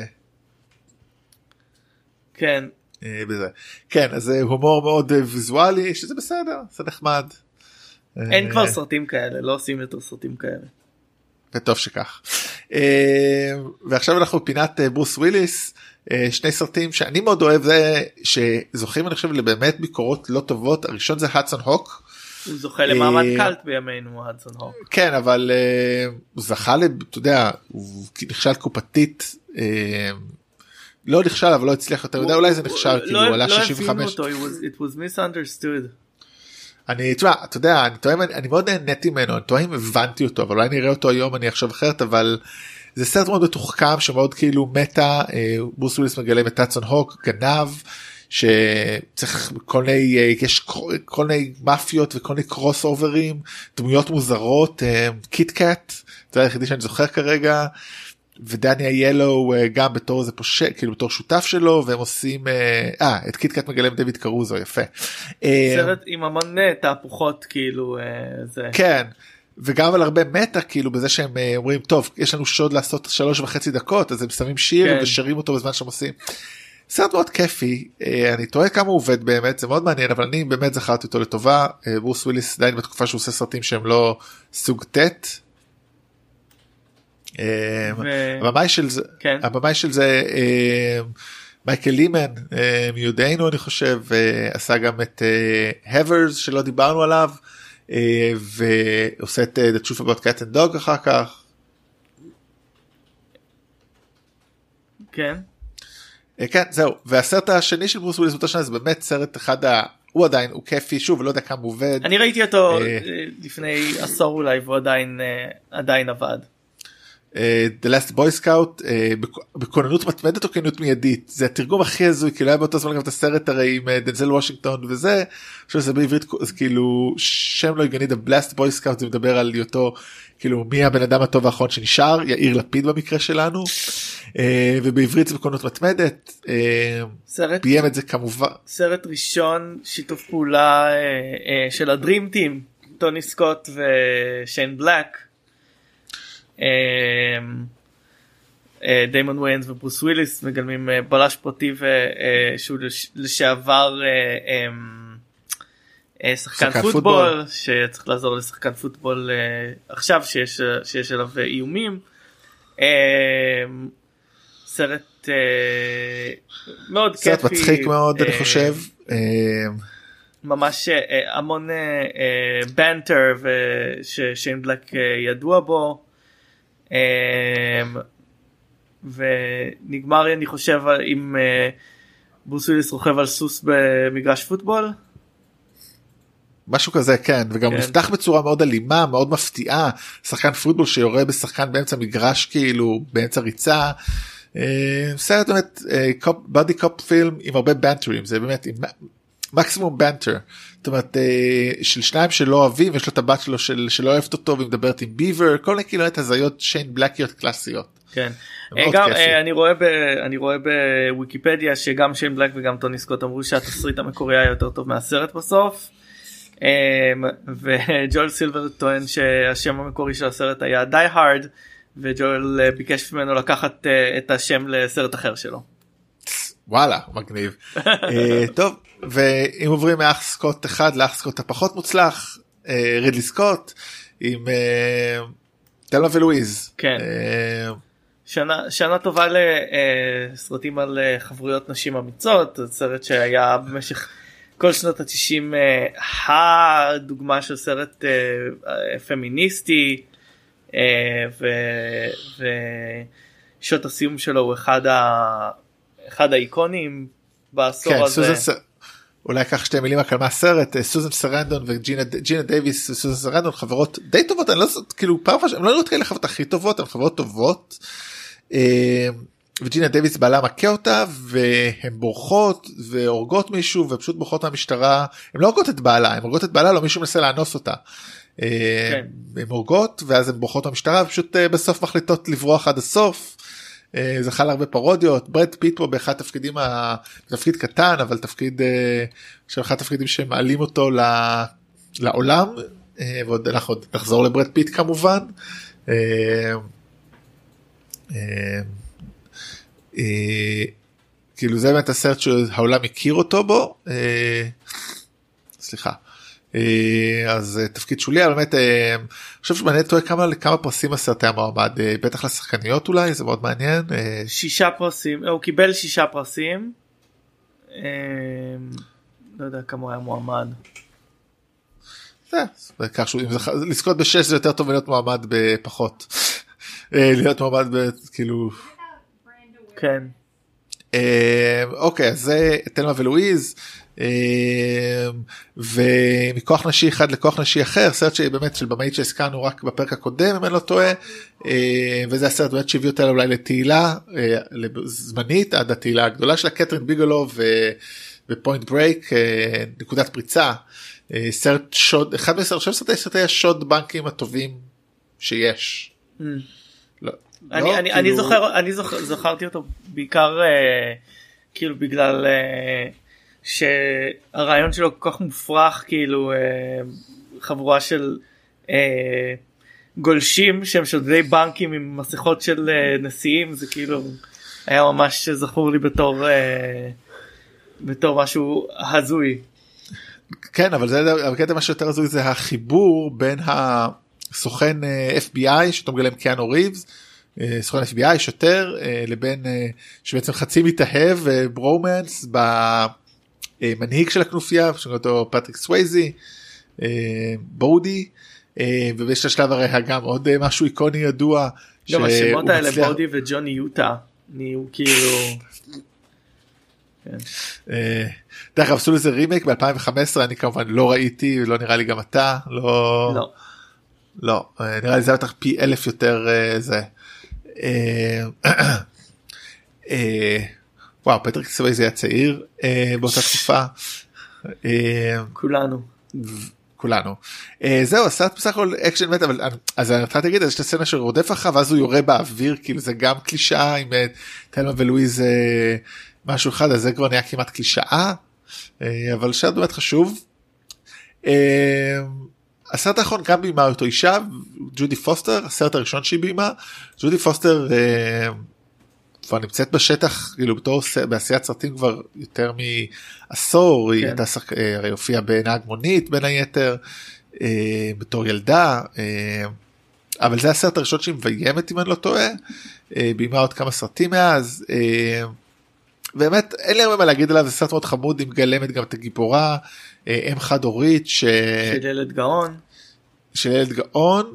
כן. בזה. כן, אז זה הומור מאוד ויזואלי, שזה בסדר, זה נחמד. אין כבר סרטים כאלה, לא עושים יותר סרטים כאלה. וטוב שכך. ועכשיו אנחנו בפינת ברוס וויליס, שני סרטים שאני מאוד אוהב, זה שזוכים אני חושב לבאמת ביקורות לא טובות, הראשון זה הדסון הוק. הוא זוכה למעמד קלט בימינו, הדסון הוק. כן, אבל הוא זכה, אתה יודע, הוא נכשל קופתית, לא נכשל אבל לא הצליח, אתה יודע אולי זה נכשל, כאילו הוא עלה 65. לא הבינו אותו, it was misunderstood. אתה יודע, אני מאוד נהניתי ממנו, אני טועה אם הבנתי אותו, אבל אולי נראה אותו היום, אני אחשוב אחרת, אבל זה סרט מאוד מתוחכם, שמאוד כאילו מטה, ברוס וויליס מגלם את הדסון הוק, גנב, שצריך יש כל מיני מאפיות וכל מיני קרוס אוברים, דמויות מוזרות, קיט קאט, זה היחידי שאני זוכר כרגע, ודניה ילו גם בתור זה פושע, כאילו בתור שותף שלו, והם עושים, את קיטקאט מגלם דויד קרוזו, יפה. סרט עם המון תהפוכות, כאילו, זה. כן, וגם על הרבה מטה, כאילו, בזה שהם אומרים, טוב, יש לנו שוד לעשות 3.5 דקות, אז הם שמים שיר כן. ושרים אותו בזמן שהם עושים. סרט מאוד כיפי, אני תוהה כמה הוא עובד באמת, זה מאוד מעניין, אבל אני באמת זכרתי אותו לטובה. ברוס וויליס עדיין בתקופה שהוא עושה סרטים שהם לא סוג טט. הבמאי של זה מייקל לימן מיודענו, אני חושב, עשה גם את Havers שלא דיברנו עליו, ועושה את The Truth About Cat and Dog אחר כך. כן. כן, זהו. והסרט השני של ברוס וויליס באותה שנה זה באמת סרט אחד, הוא עדיין, הוא כיפי, שוב, ולא יודע כמה הוא עובד. אני ראיתי אותו לפני עשור אולי, והוא עדיין עבד. The Last Boy Scout, בכוננות מתמדת או כוננות מיידית, זה התרגום הכי הזוי, כאילו היה באותו זמן גם את הסרט הרי עם דנזל וושינגטון וזה, עכשיו זה בעברית, אז כאילו שם לא הגיוני, The Last Boy Scout זה מדבר על אותו, כאילו מי הבן אדם הטוב האחרון שנשאר, יאיר לפיד במקרה שלנו, ובעברית זה בכוננות מתמדת, ביים את זה כמובן. סרט ראשון, שיתוף פעולה של הדרים טים, טוני סקוט ושיין בלק, דיימון ויינס וברוס וויליס מגלמים בלש פרטי שהוא לשעבר שחקן פוטבול שצריך לעזור לשחקן פוטבול עכשיו שיש עליו איומים. סרט מאוד כיפי, סרט מצחיק מאוד, אני חושב, ממש המון בנטר ששיין בלק ידוע בו, ונגמר אני חושב עם ברוס וויליס רוכב על סוס במגרש פוטבול, משהו כזה, כן, וגם נפתח בצורה מאוד אלימה, מאוד מפתיעה, שחקן פוטבול שיורה בשחקן באמצע מגרש, כאילו באמצע ריצה, סרט באמת בודי קופ פילם עם הרבה בנטרים, זה באמת עם מקסימום בנטר, זאת אומרת של שניים שלא אוהבים, יש לו את הבת שלו שלא אוהבת אותו ומדברת עם ביבר, כל מיני כאילו את הזיות שיין בלקיות קלאסיות. כן, גם אני רואה בוויקיפדיה שגם שיין בלק וגם טוני סקוט אמרו שהתסריט המקורי היה יותר טוב מהסרט בסוף, וג'ואל סילבר טוען שהשם המקורי של הסרט היה Die Hard, וג'ואל ביקש ממנו לקחת את השם לסרט אחר שלו. וואלה, מגניב. טוב, ואם עוברים מאח סקוט אחד לאח סקוט הפחות מוצלח, רידלי סקוט עם תלמה ולואיז. כן. שנה טובה לסרטים על חברויות נשים אמיצות, סרט שהיה במשך כל שנות ה-90 הדוגמה של סרט פמיניסטי, ושוט הסיום שלו הוא אחד האיקונים בעשור הזה. אולי כך שתי מילים רק על מה הסרט, סוזן סרנדון וג'ינה דייביס, סוזן סרנדון חברות די טובות, אני לא זאת, כאילו פעם הם לא נראות כאלה חברות הכי טובות, הן חברות טובות, וג'ינה דייביס בעלה מכה אותה, והן בורחות והורגות מישהו, ופשוט בורחות מהמשטרה, הן לא הורגות את בעלה, הן הורגות את בעלה, לא מישהו מנסה לאנוס אותה. הן הורגות, ואז הן בורחות מהמשטרה, ופשוט בסוף מחליטות לברוח עד הסוף, זה חל הרבה פרודיות, ברד פיט פה באחד תפקידים, תפקיד קטן, אבל תפקיד, אחד תפקידים שמעלים אותו לעולם, ועוד אנחנו נחזור לברד פיט כמובן, כאילו זה באמת הסרט שהעולם הכיר אותו בו, סליחה, אז תפקיד שולי, אבל באמת, אני חושב שמעניין תוהה כמה פרסים הסרט היה מועמד, בטח לשחקניות אולי, זה מאוד מעניין. 6 פרסים, הוא קיבל 6 פרסים, לא יודע כמה הוא היה מועמד. זה כך שהוא, לזכות ב6 זה יותר טוב להיות מועמד בפחות, להיות מועמד כאילו... כן. אוקיי, אז זה תלמה ולואיז, ומכוח נשי אחד לכוח נשי אחר, סרט שבאמת של במאית שהזכרנו רק בפרק הקודם אם אני לא טועה, וזה הסרט באמת שהביא אותה אולי לתהילה זמנית עד התהילה הגדולה שלה, קתרין ביגלו ופוינט ברייק, נקודת פריצה, סרט שוד, אחד מסרטי השוד בנקים הטובים שיש. אני זכרתי אותו בעיקר כאילו בגלל שהרעיון שלו כל כך מופרך, כאילו חבורה של גולשים שהם שודדי בנקים עם מסכות של נשיאים, זה כאילו היה ממש זכור לי בתור משהו הזוי. כן, אבל זה הקטע מה שיותר הזוי, זה החיבור בין הסוכן FBI שאתה מגלם קיאנו ריבס, סוכן FBI שוטר, לבין שבעצם חצי מתאהב ברומנס במנהיג של הכנופיה שקוראים אותו פטריק סווייזי, בודי, ובש השלב הרי גם עוד משהו איקוני ידוע, גם השמות האלה בודי וג'וני יוטה נהיו כאילו דרך אגב עשו לזה רימייק ב-2015, אני כמובן לא ראיתי, לא נראה לי גם אתה, לא, נראה לי זה בטח פי 1000 יותר זה. וואו, פטריק סווייזי היה צעיר באותה תקופה. כולנו. זהו, הסרט בסך הכל אקשן מת, אבל אז אני התחלתי להגיד, יש את הסצנה שרודף אחריו, ואז הוא יורה באוויר, כאילו זה גם קלישאה עם תלמה ולואיז משהו אחד, אז זה כבר נהיה כמעט קלישאה, אבל סרט באמת חשוב. הסרט האחרון גם בימה אותו אישה, ג'ודי פוסטר, הסרט הראשון שהיא בימה, ג'ודי פוסטר כבר נמצאת בשטח, כאילו בתור בעשיית סרטים כבר יותר מעשור, היא הייתה הרי הופיעה בנהג מונית בין היתר, בתור ילדה, אבל זה הסרט הראשון שהיא מביימת אם אני לא טועה, בימה עוד כמה סרטים מאז, באמת אין לי הרבה מה להגיד עליו, זה סרט מאוד חמוד, היא מגלמת גם את הגיבורה, אם חד הורית של ילד גאון,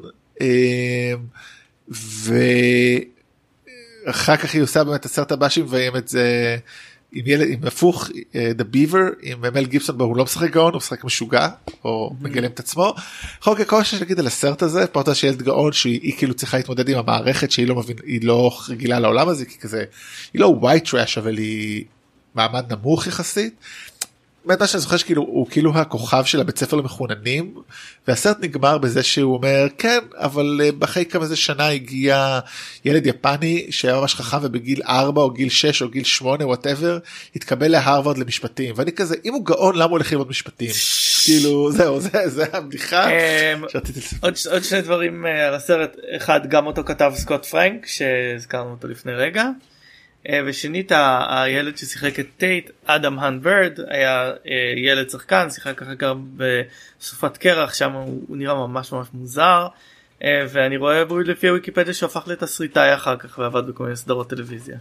ואחר כך היא עושה באמת הסרט הבא שהיא מביימת זה עם ילד, עם הפוך, The Beaver, עם מל גיבסון, הוא לא משחק גאון, הוא משחק משוגע, או מגלם את עצמו. כל מה שאני אגיד על הסרט הזה, פרטה של ילד גאון, שהיא כאילו צריכה להתמודד עם המערכת, שהיא לא מבין, היא לא רגילה לעולם הזה, כי כזה, היא לא white trash, אבל היא מעמד נמוך יחסית. באמת מה שאני זוכר שכאילו, הוא כאילו הכוכב של הבית ספר למחוננים, והסרט נגמר בזה שהוא אומר, כן, אבל אחרי כמה זה שנה הגיע ילד יפני, שהיה ממש חכם ובגיל 4 או גיל 6 או גיל 8, whatever, התקבל להרווארד למשפטים, ואני כזה, אם הוא גאון, למה הוא הולך ללמוד משפטים? כאילו, זהו, זה הבדיחה. עוד שני דברים על הסרט, אחד, גם אותו כתב סקוט פרנק, שהזכרנו אותו לפני רגע, ושנית הילד ששיחק את טייט, אדם הנברד, היה ילד שחקן, שיחק ככה גם בסופת קרח, שם הוא נראה ממש ממש מוזר, ואני רואה לפי הוויקיפדיה שהפך לתסריטאי אחר כך ועבד בכל מיני סדרות טלוויזיה.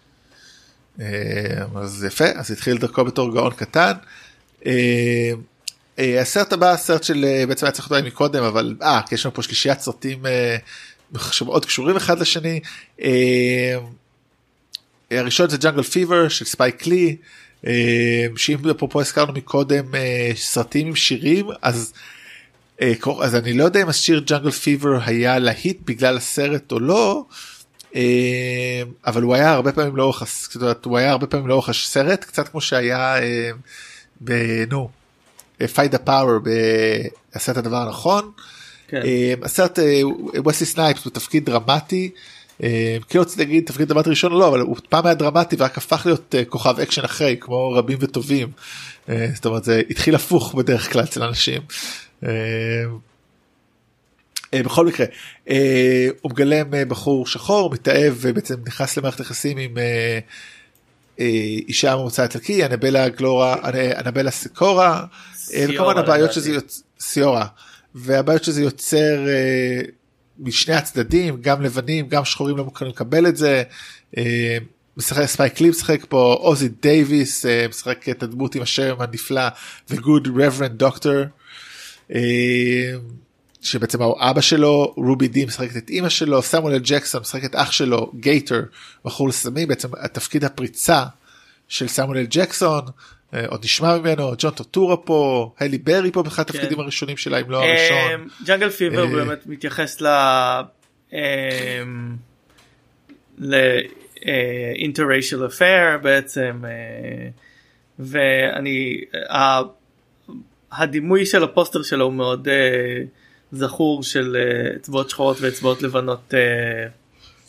אז יפה, אז התחיל דרכו בתור גאון קטן. הסרט הבא, הסרט של בעצם היה צריך לדעת מקודם, אבל כי יש לנו פה שלישיית סרטים שמאוד קשורים אחד לשני. הראשון זה ג'אנגל פיבר של ספייק לי, שאם אפרופו הזכרנו מקודם סרטים עם שירים, אז אני לא יודע אם השיר ג'אנגל פיבר היה להיט בגלל הסרט או לא, אבל הוא היה הרבה פעמים לאורך הסרט, קצת כמו שהיה Fight the Power בסרט הדבר הנכון. הסרט וסלי סנייפס בתפקיד דרמטי, כאילו רציתי להגיד תפקיד דרמטי ראשון או לא, אבל הוא פעם היה דרמטי ורק הפך להיות כוכב אקשן אחרי, כמו רבים וטובים. זאת אומרת, זה התחיל הפוך בדרך כלל אצל אנשים. בכל מקרה, הוא מגלם בחור שחור, מתאהב ובעצם נכנס למערכת יחסים עם אישה ממוצא איטלקי, אנבלה סיקורה, וכמובן הבעיות שזה סיורה, והבעיות שזה יוצר משני הצדדים, גם לבנים, גם שחורים לא מוכנים לקבל את זה. משחק ספייק לי משחק פה, אוזי דייביס משחק את הדמות עם השם הנפלא The Good Reverend Doctor, שבעצם הוא אבא שלו. רובי די משחקת את אמא שלו. סמואל ג'קסון משחק את אח שלו גייטר, בחור לסמים, בעצם התפקיד הפריצה של סמואל ג'קסון, עוד נשמע ממנו. ג'ון טורטורה פה, הלי ברי פה באחד התפקידים הראשונים שלה, אם לא הראשון. ג'אנגל פיבר באמת מתייחס ל-interracial affair בעצם, ואני הדימוי של הפוסטר שלו הוא מאוד זכור, של אצבעות שחורות ואצבעות לבנות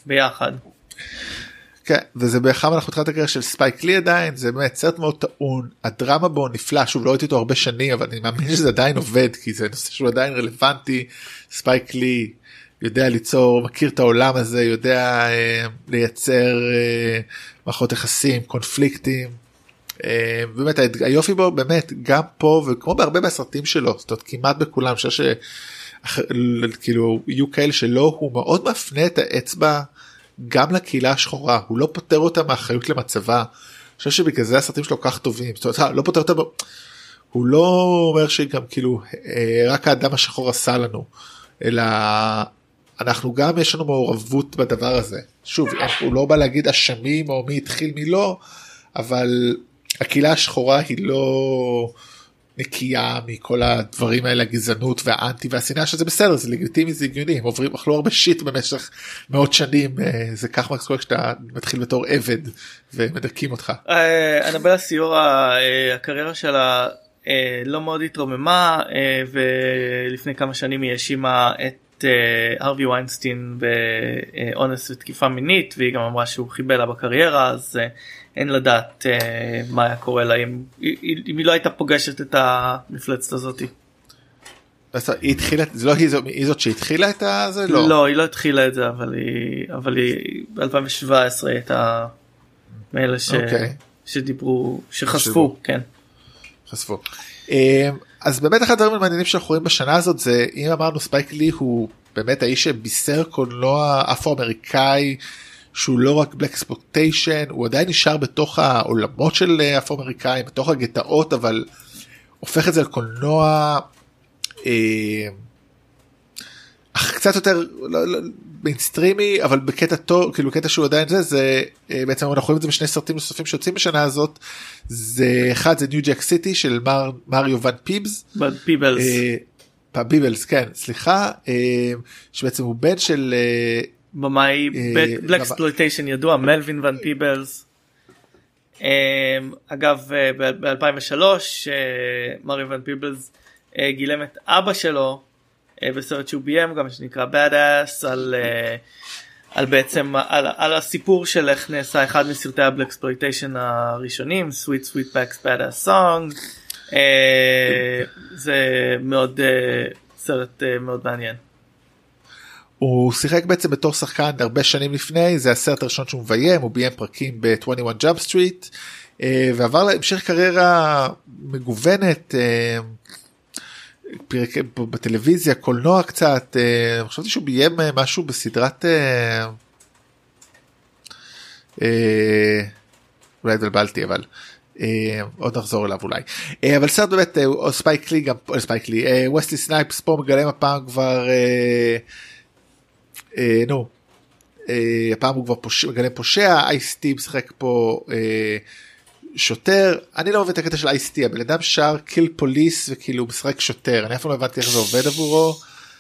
ביחד. כן, וזה באחד אנחנו התחלת הקריירה של ספייק לי עדיין, זה באמת סרט מאוד טעון, הדרמה בו נפלא, שוב לא ראיתי אותו הרבה שנים, אבל אני מאמין שזה עדיין עובד, כי זה נושא שהוא עדיין רלוונטי, ספייק לי יודע ליצור, מכיר את העולם הזה, יודע לייצר מערכות יחסים, קונפליקטים, באמת היופי בו באמת גם פה, וכמו בהרבה מהסרטים שלו, זאת אומרת כמעט בכולם, אני חושב שכאילו יהיו כאלה שלא, הוא מאוד מפנה את האצבע, גם לקהילה השחורה, הוא לא פותר אותה מאחריות למצבה, אני חושב שבגלל זה הסרטים שלו כך טובים, זאת אומרת, לא פותר אותה, הוא לא אומר שגם כאילו, רק האדם השחור עשה לנו, אלא אנחנו גם יש לנו מעורבות בדבר הזה, שוב, הוא לא בא להגיד אשמים או מי התחיל מי לא, אבל הקהילה השחורה היא לא נקייה מכל הדברים האלה, הגזענות והאנטי והשנאה, שזה בסדר, זה לגיטימי, זה הגיוני, הם אכלו הרבה שיט במשך מאות שנים, זה כך מקסקול כשאתה מתחיל בתור עבד ומדכים אותך. אנבלה סיור, הקריירה שלה לא מאוד התרוממה, ולפני כמה שנים היא האשימה את הרווי ויינסטיין באונס ותקיפה מינית, והיא גם אמרה שהוא חיבל לה בקריירה, אז אין לדעת מה היה קורה לה אם היא לא הייתה פוגשת את המפלצת הזאת. היא התחילה, זה לא היא זאת שהתחילה את זה? לא, היא לא התחילה את זה, אבל היא ב-2017 הייתה מאלה שדיברו, שחשפו, כן. חשפו. אז באמת אחד הדברים המעניינים שאנחנו רואים בשנה הזאת זה, אם אמרנו ספייק לי הוא באמת האיש שבישר קולנוע אפרו-אמריקאי, שהוא לא רק בלק אקספלויטיישן, הוא עדיין נשאר בתוך העולמות של אפרו-אמריקאים, בתוך הגטאות, אבל הופך את זה לקולנוע קצת יותר מיינסטרימי, אבל בקטע טוב, כאילו קטע שהוא עדיין זה בעצם אנחנו רואים את זה בשני סרטים נוספים שיוצאים בשנה הזאת, זה אחד זה ניו ג'ק סיטי של מריו ון פיבס, פיבלס, כן, סליחה, שבעצם הוא בן של במאי בלק אקספלויטיישן ידוע, מלווין ון פיבלס. אגב ב-2003 מריו ון פיבלס גילם את אבא שלו בסרט שהוא ביים גם שנקרא Bad Ass, על בעצם על הסיפור של איך נעשה אחד מסרטי הבלק אקספלויטיישן הראשונים, Sweet Sweetback's Bad Ass Song. זה מאוד סרט מאוד מעניין. הוא שיחק בעצם בתור שחקן הרבה שנים לפני, זה הסרט הראשון שהוא מביים, הוא ביים פרקים ב-21 Jump Street, ועבר להמשך קריירה מגוונת, בטלוויזיה, קולנוע קצת, חשבתי שהוא ביים משהו בסדרת, אולי התבלבלתי, אבל עוד נחזור אליו אולי. אבל סרט באמת, ספייק לי, גם ספייק לי, וסלי סנייפס פה מגלם הפעם כבר, הפעם הוא כבר מגלם פושע, אייס-טי משחק פה שוטר, אני לא אוהב את הקטע של אייס-טי, הבן אדם שר קיל פוליס וכאילו הוא משחק שוטר, אני אף פעם לא הבנתי איך זה עובד עבורו.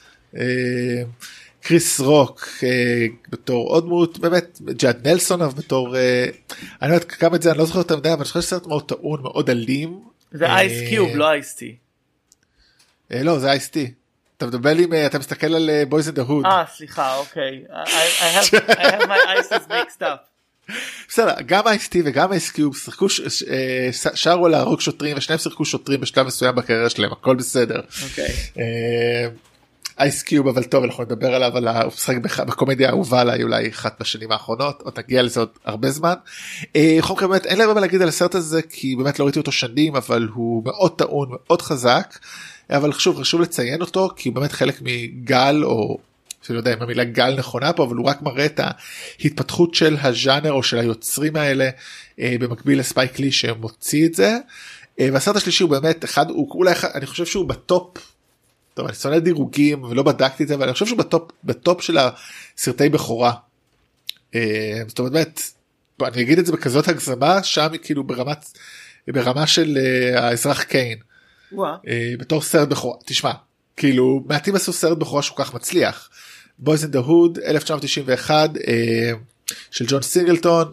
קריס רוק בתור עוד דמות, באמת ג'אד נלסון בתור, אני לא יודעת כמה את זה, אני לא זוכר את המדינה, אבל אני חושב שסרט מאוד טעון, מאוד אלים. זה אייס קיוב, לא אייס-טי. לא, זה אייס-טי. אתה מדבר לי, אתה מסתכל על Boys in the Hood. סליחה, אוקיי. I have my ISIS mixed up. בסדר, גם אייס-טי וגם אייס-קיוב שרו להרוג שוטרים, ושניהם שיחקו שוטרים בשלב מסוים בקריירה שלהם, הכל בסדר. אוקיי. אייס-קיוב, אבל טוב, אנחנו נדבר עליו, הוא משחק בקומדיה האהובה עליי אולי אחת בשנים האחרונות, עוד נגיע לזה עוד הרבה זמן. חוק באמת, אין לי הרבה מה להגיד על הסרט הזה, כי באמת לא ראיתי אותו שנים, אבל הוא מאוד טעון, מאוד חזק. אבל חשוב לציין אותו, כי הוא באמת חלק מגל, או אני לא יודע אם המילה גל נכונה פה, אבל הוא רק מראה את ההתפתחות של הז'אנר, או של היוצרים האלה, במקביל לספייק לי שמוציא את זה. והסרט השלישי הוא באמת, אני חושב שהוא בטופ, טוב, אני שונא דירוגים, ולא בדקתי את זה, אבל אני חושב שהוא בטופ של הסרטי בכורה. זאת אומרת, אני אגיד את זה בכזאת הגזמה, שם כאילו ברמה של האזרח קיין. בתור סרט בכורה, תשמע, כאילו מעטים עשו סרט בכורה שהוא כך מצליח. Boys in the Hood 1991 של ג'ון סינגלטון,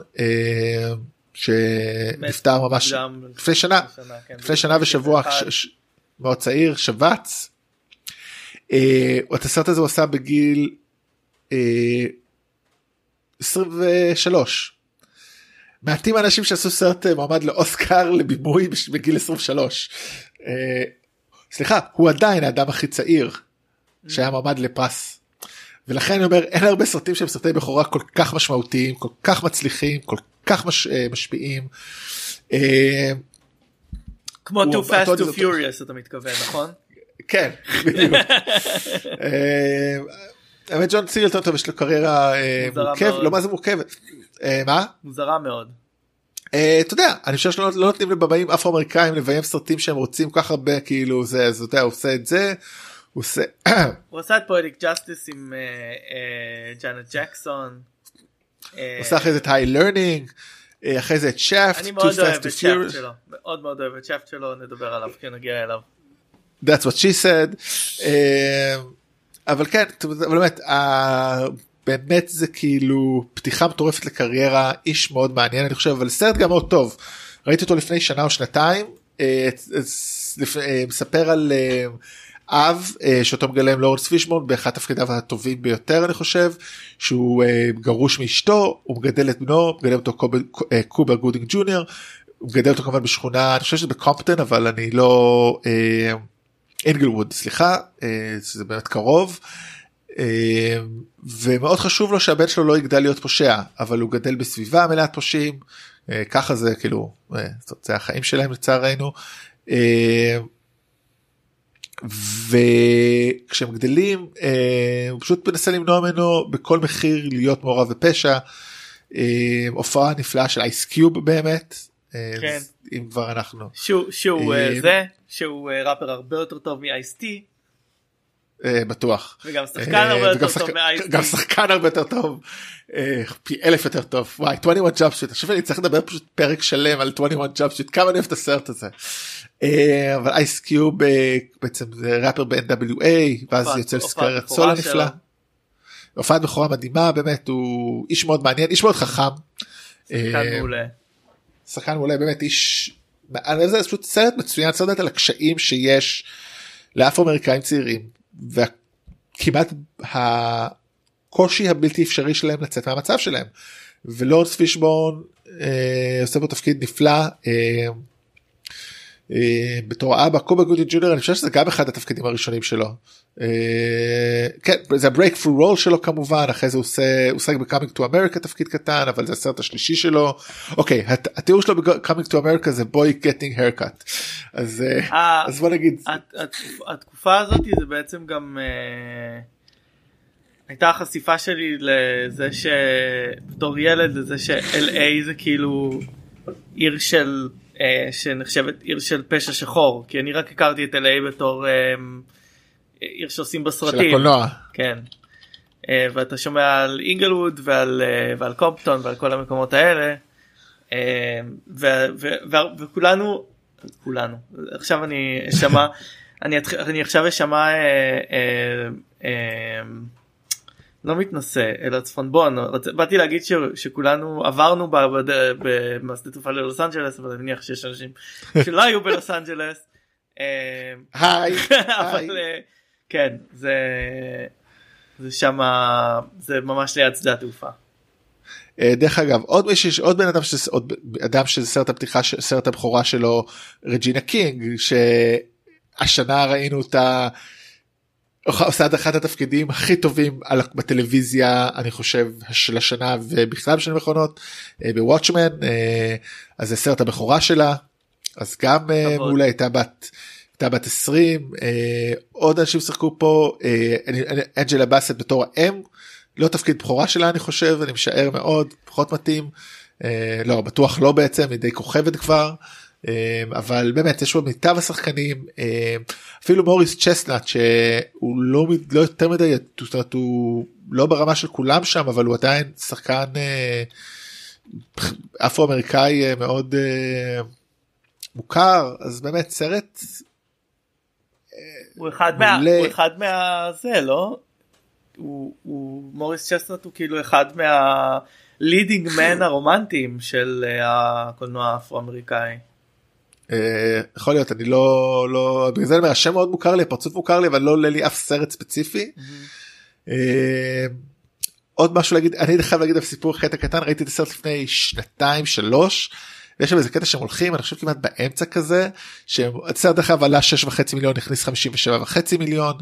שנפטר ממש לפני שנה ושבוע, מאוד צעיר, שבץ. את הסרט הזה הוא עשה בגיל 23. מעטים האנשים שעשו סרט מועמד לאוסקר לבימוי בגיל 23. סליחה, הוא עדיין האדם הכי צעיר שהיה מועמד לפרס. ולכן אני אומר, אין הרבה סרטים שהם סרטי בכורה כל כך משמעותיים, כל כך מצליחים, כל כך משפיעים. כמו Too Fast Too Furious אתה מתכוון, נכון? כן, בדיוק. האמת ג'ון סיגל טוב, יש לו קריירה מורכבת, לא מה זה מורכבת. מה? מוזרה מאוד. אתה יודע, אני חושב שלא נותנים לבמאים אפרו-אמריקאים לביים סרטים שהם רוצים כל כך הרבה, כאילו זה, אז אתה יודע, הוא עושה את זה, הוא עושה את פואטיק ג'סטיס עם ג'אנט ג'קסון. הוא עושה אחרי זה את היי לרנינג, אחרי זה את שפט. אני מאוד אוהב את שפט שלו, מאוד מאוד אוהב את שפט שלו, נדבר עליו כי נגיע אליו. That's what she said. אבל כן, אבל באמת זה כאילו פתיחה מטורפת לקריירה, איש מאוד מעניין אני חושב, אבל סרט גם מאוד טוב. ראיתי אותו לפני שנה או שנתיים, מספר על אב שאותו מגלם לורנס פישבורן באחד תפקידיו הטובים ביותר אני חושב, שהוא גרוש מאשתו, הוא מגדל את בנו, מגדל אותו קובר גודינג ג'וניור, הוא מגדל אותו כמובן בשכונה, אני חושב שזה בקומפטון אבל אני לא, אינגלווד סליחה, זה באמת קרוב, ומאוד חשוב לו שהבן שלו לא יגדל להיות פושע, אבל הוא גדל בסביבה מלאת פושעים, ככה זה כאילו, זה החיים שלהם לצערנו, וכשהם גדלים הוא פשוט מנסה למנוע ממנו בכל מחיר להיות מעורב בפשע. הופעה נפלאה של אייס קיוב באמת, כן. אם כבר אנחנו שהוא ראפר הרבה יותר טוב מאייס טי, בטוח, וגם שחקן הרבה יותר טוב מאייס טי, גם שחקן הרבה יותר טוב, פי 1000 יותר טוב. וואי, 21 Jump Street, עכשיו אני צריך לדבר פשוט פרק שלם על 21 Jump Street, כמה אני אוהב את הסרט הזה. אבל אייס קיוב בעצם זה ראפר ב-NWA, ואז יוצא לסקררת סולה נפלא, הופעת בכורה מדהימה באמת, הוא איש מאוד מעניין, איש מאוד חכם, שחקן מעולה באמת, איש, זה פשוט סרט מצוין, סרט על הקשיים שיש לאפרו-אמריקאים צעירים, וכמעט הקושי הבלתי אפשרי שלהם לצאת מהמצב שלהם, ולורנס פישבורן עושה פה תפקיד נפלא, בתור אבא, קובר גודינג ג'וניור, אני חושב שזה גם אחד התפקידים הראשונים שלו, כן, זה ה-breakthrough role שלו כמובן, אחרי זה הוא עושה ב-Coming to America תפקיד קטן, אבל זה הסרט השלישי שלו. אוקיי, התיאור שלו ב-Coming to America זה boy getting haircut, אז בוא נגיד התקופה הזאת זה בעצם גם הייתה החשיפה שלי לזה שבתור ילד, לזה ש-LA זה כאילו עיר של שנחשבת עיר של פשע שחור, כי אני רק הכרתי את LA בתור עיר שעושים בסרטים. של הקולנוע. כן. ואתה שומע על אינגלווד ועל קומפטון ועל כל המקומות האלה, וכולנו, עכשיו אני אשמע, אני עכשיו אשמע לא מתנסה, אלא צפונבון. באתי להגיד שכולנו עברנו במסדה תעופה ללוס אנג'לס, אבל אני מניח שיש אנשים שלא היו בלוס אנג'לס. היי. אבל כן, זה שמה, זה ממש ליד שדה התעופה. דרך אגב, עוד בן אדם שזה סרט הפתיחה, סרט הבכורה שלו, רג'ינה קינג, שהשנה ראינו אותה, עושה את אחד התפקידים הכי טובים בטלוויזיה, אני חושב, של השנה ובכלל בשנים האחרונות, בוואטשמן, אז זה סרט הבכורה שלה, אז גם מעולה, הייתה בת 20, עוד אנשים שחקו פה, אנג'לה באסט בתור האם, לא תפקיד בכורה שלה אני חושב, אני משער מאוד, פחות מתאים, לא, בטוח לא בעצם, היא די כוכבת כבר, אבל באמת יש בו מיטב השחקנים, אפילו מוריס צ'סנאט שהוא לא יותר מדי, הוא לא ברמה של כולם שם, אבל הוא עדיין שחקן אפרו-אמריקאי מאוד מוכר, אז באמת סרט הוא אחד זה לא? מוריס צ'סנאט הוא כאילו אחד מהלידינג מן הרומנטיים של הקולנוע האפרו-אמריקאי. יכול להיות, אני לא, בגלל זה אני אומר, השם מאוד מוכר לי, הפרצוף מוכר לי, אבל לא עולה לי אף סרט ספציפי. עוד משהו להגיד, אני חייב להגיד בסיפור חטא קטן, ראיתי את הסרט לפני 2-3, ויש שם איזה קטע שהם הולכים, אני חושב כמעט באמצע כזה, שהסרט דרך עלה 6.5 מיליון, נכניס 57.5 מיליון,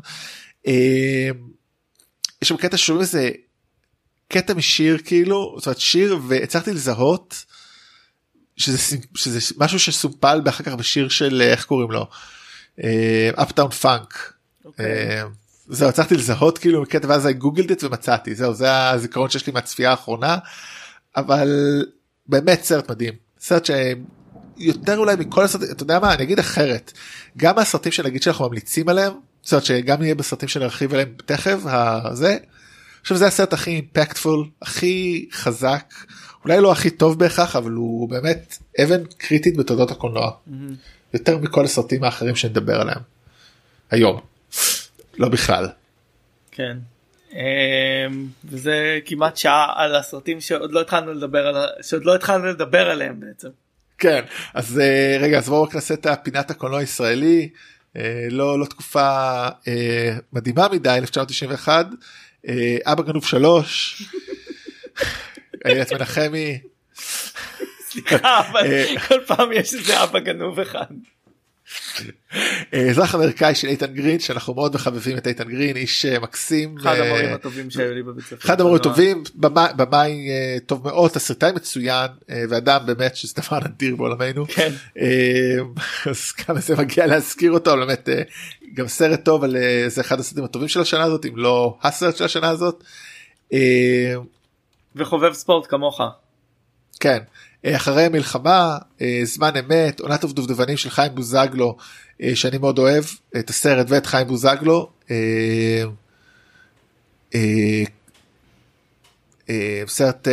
יש שם קטע שומעים איזה קטע משיר כאילו, זאת אומרת שיר, והצלחתי לזהות, שזה משהו שסומפל באחר כך בשיר של, איך קוראים לו? Uptown Funk. זהו, הצלחתי לזהות כאילו מקטע, ואז I googled it ומצאתי, זהו, זה הזיכרון שיש לי מהצפייה האחרונה, אבל באמת סרט מדהים, סרט שיותר אולי מכל הסרטים, אתה יודע מה, אני אגיד אחרת, גם הסרטים שנגיד שאנחנו ממליצים עליהם, זאת אומרת שגם נהיה בסרטים שנרחיב עליהם תכף, עכשיו זה הסרט הכי אימפקטפול, הכי חזק, אולי לא הכי טוב בהכרח, אבל הוא באמת אבן קריטית בתולדות הקולנוע, יותר מכל הסרטים האחרים שנדבר עליהם, היום, לא בכלל. כן, וזה כמעט שעה על הסרטים שעוד לא התחלנו לדבר עליהם בעצם. כן, אז רגע, אז בואו רק נעשה את פינת הקולנוע הישראלי, לא תקופה מדהימה מדי, 1991, אבא גנוב 3, איילת מנחמי. סליחה, אבל כל פעם יש איזה אבא גנוב אחד. אזרח אמריקאי של איתן גרין, שאנחנו מאוד מחבבים את איתן גרין, איש מקסים. אחד המורים הטובים שהיו לי בבית ספר. אחד המורים הטובים, במאי טוב מאוד, תסריטאי מצוין, ואדם באמת שזה דבר נדיר בעולמנו. כן. אז כמה זה מגיע להזכיר אותו, באמת גם סרט טוב, אבל זה אחד הסרטים הטובים של השנה הזאת, אם לא הסרט של השנה הזאת. וחובב ספורט כמוך. כן. אחרי המלחמה, זמן אמת, עונת הדובדבנים של חיים בוזגלו, שאני מאוד אוהב את הסרט ואת חיים בוזגלו, סרט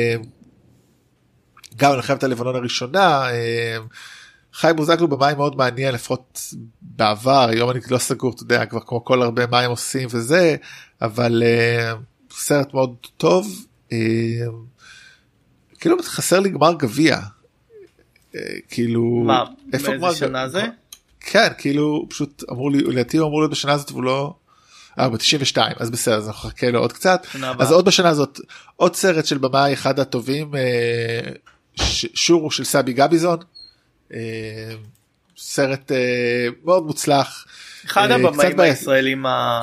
גם על מלחמת הלבנון הראשונה, חיים בוזגלו במאי מאוד מעניין, לפחות בעבר, היום אני לא סגור, אתה יודע, כבר כמו כל הרבה מה הם עושים וזה, אבל סרט מאוד טוב, כאילו חסר לי גמר גביע, כאילו מה, באיזה שנה זה? כן, כאילו פשוט אמור להיות בשנה הזאת והוא לא, ב-92, אז בסדר, אז אנחנו חכה לו עוד קצת, אז עוד בשנה הזאת, עוד סרט של במאי אחד הטובים, שורו של סבי גביזון, סרט מאוד מוצלח, אחד הבמאים הישראלים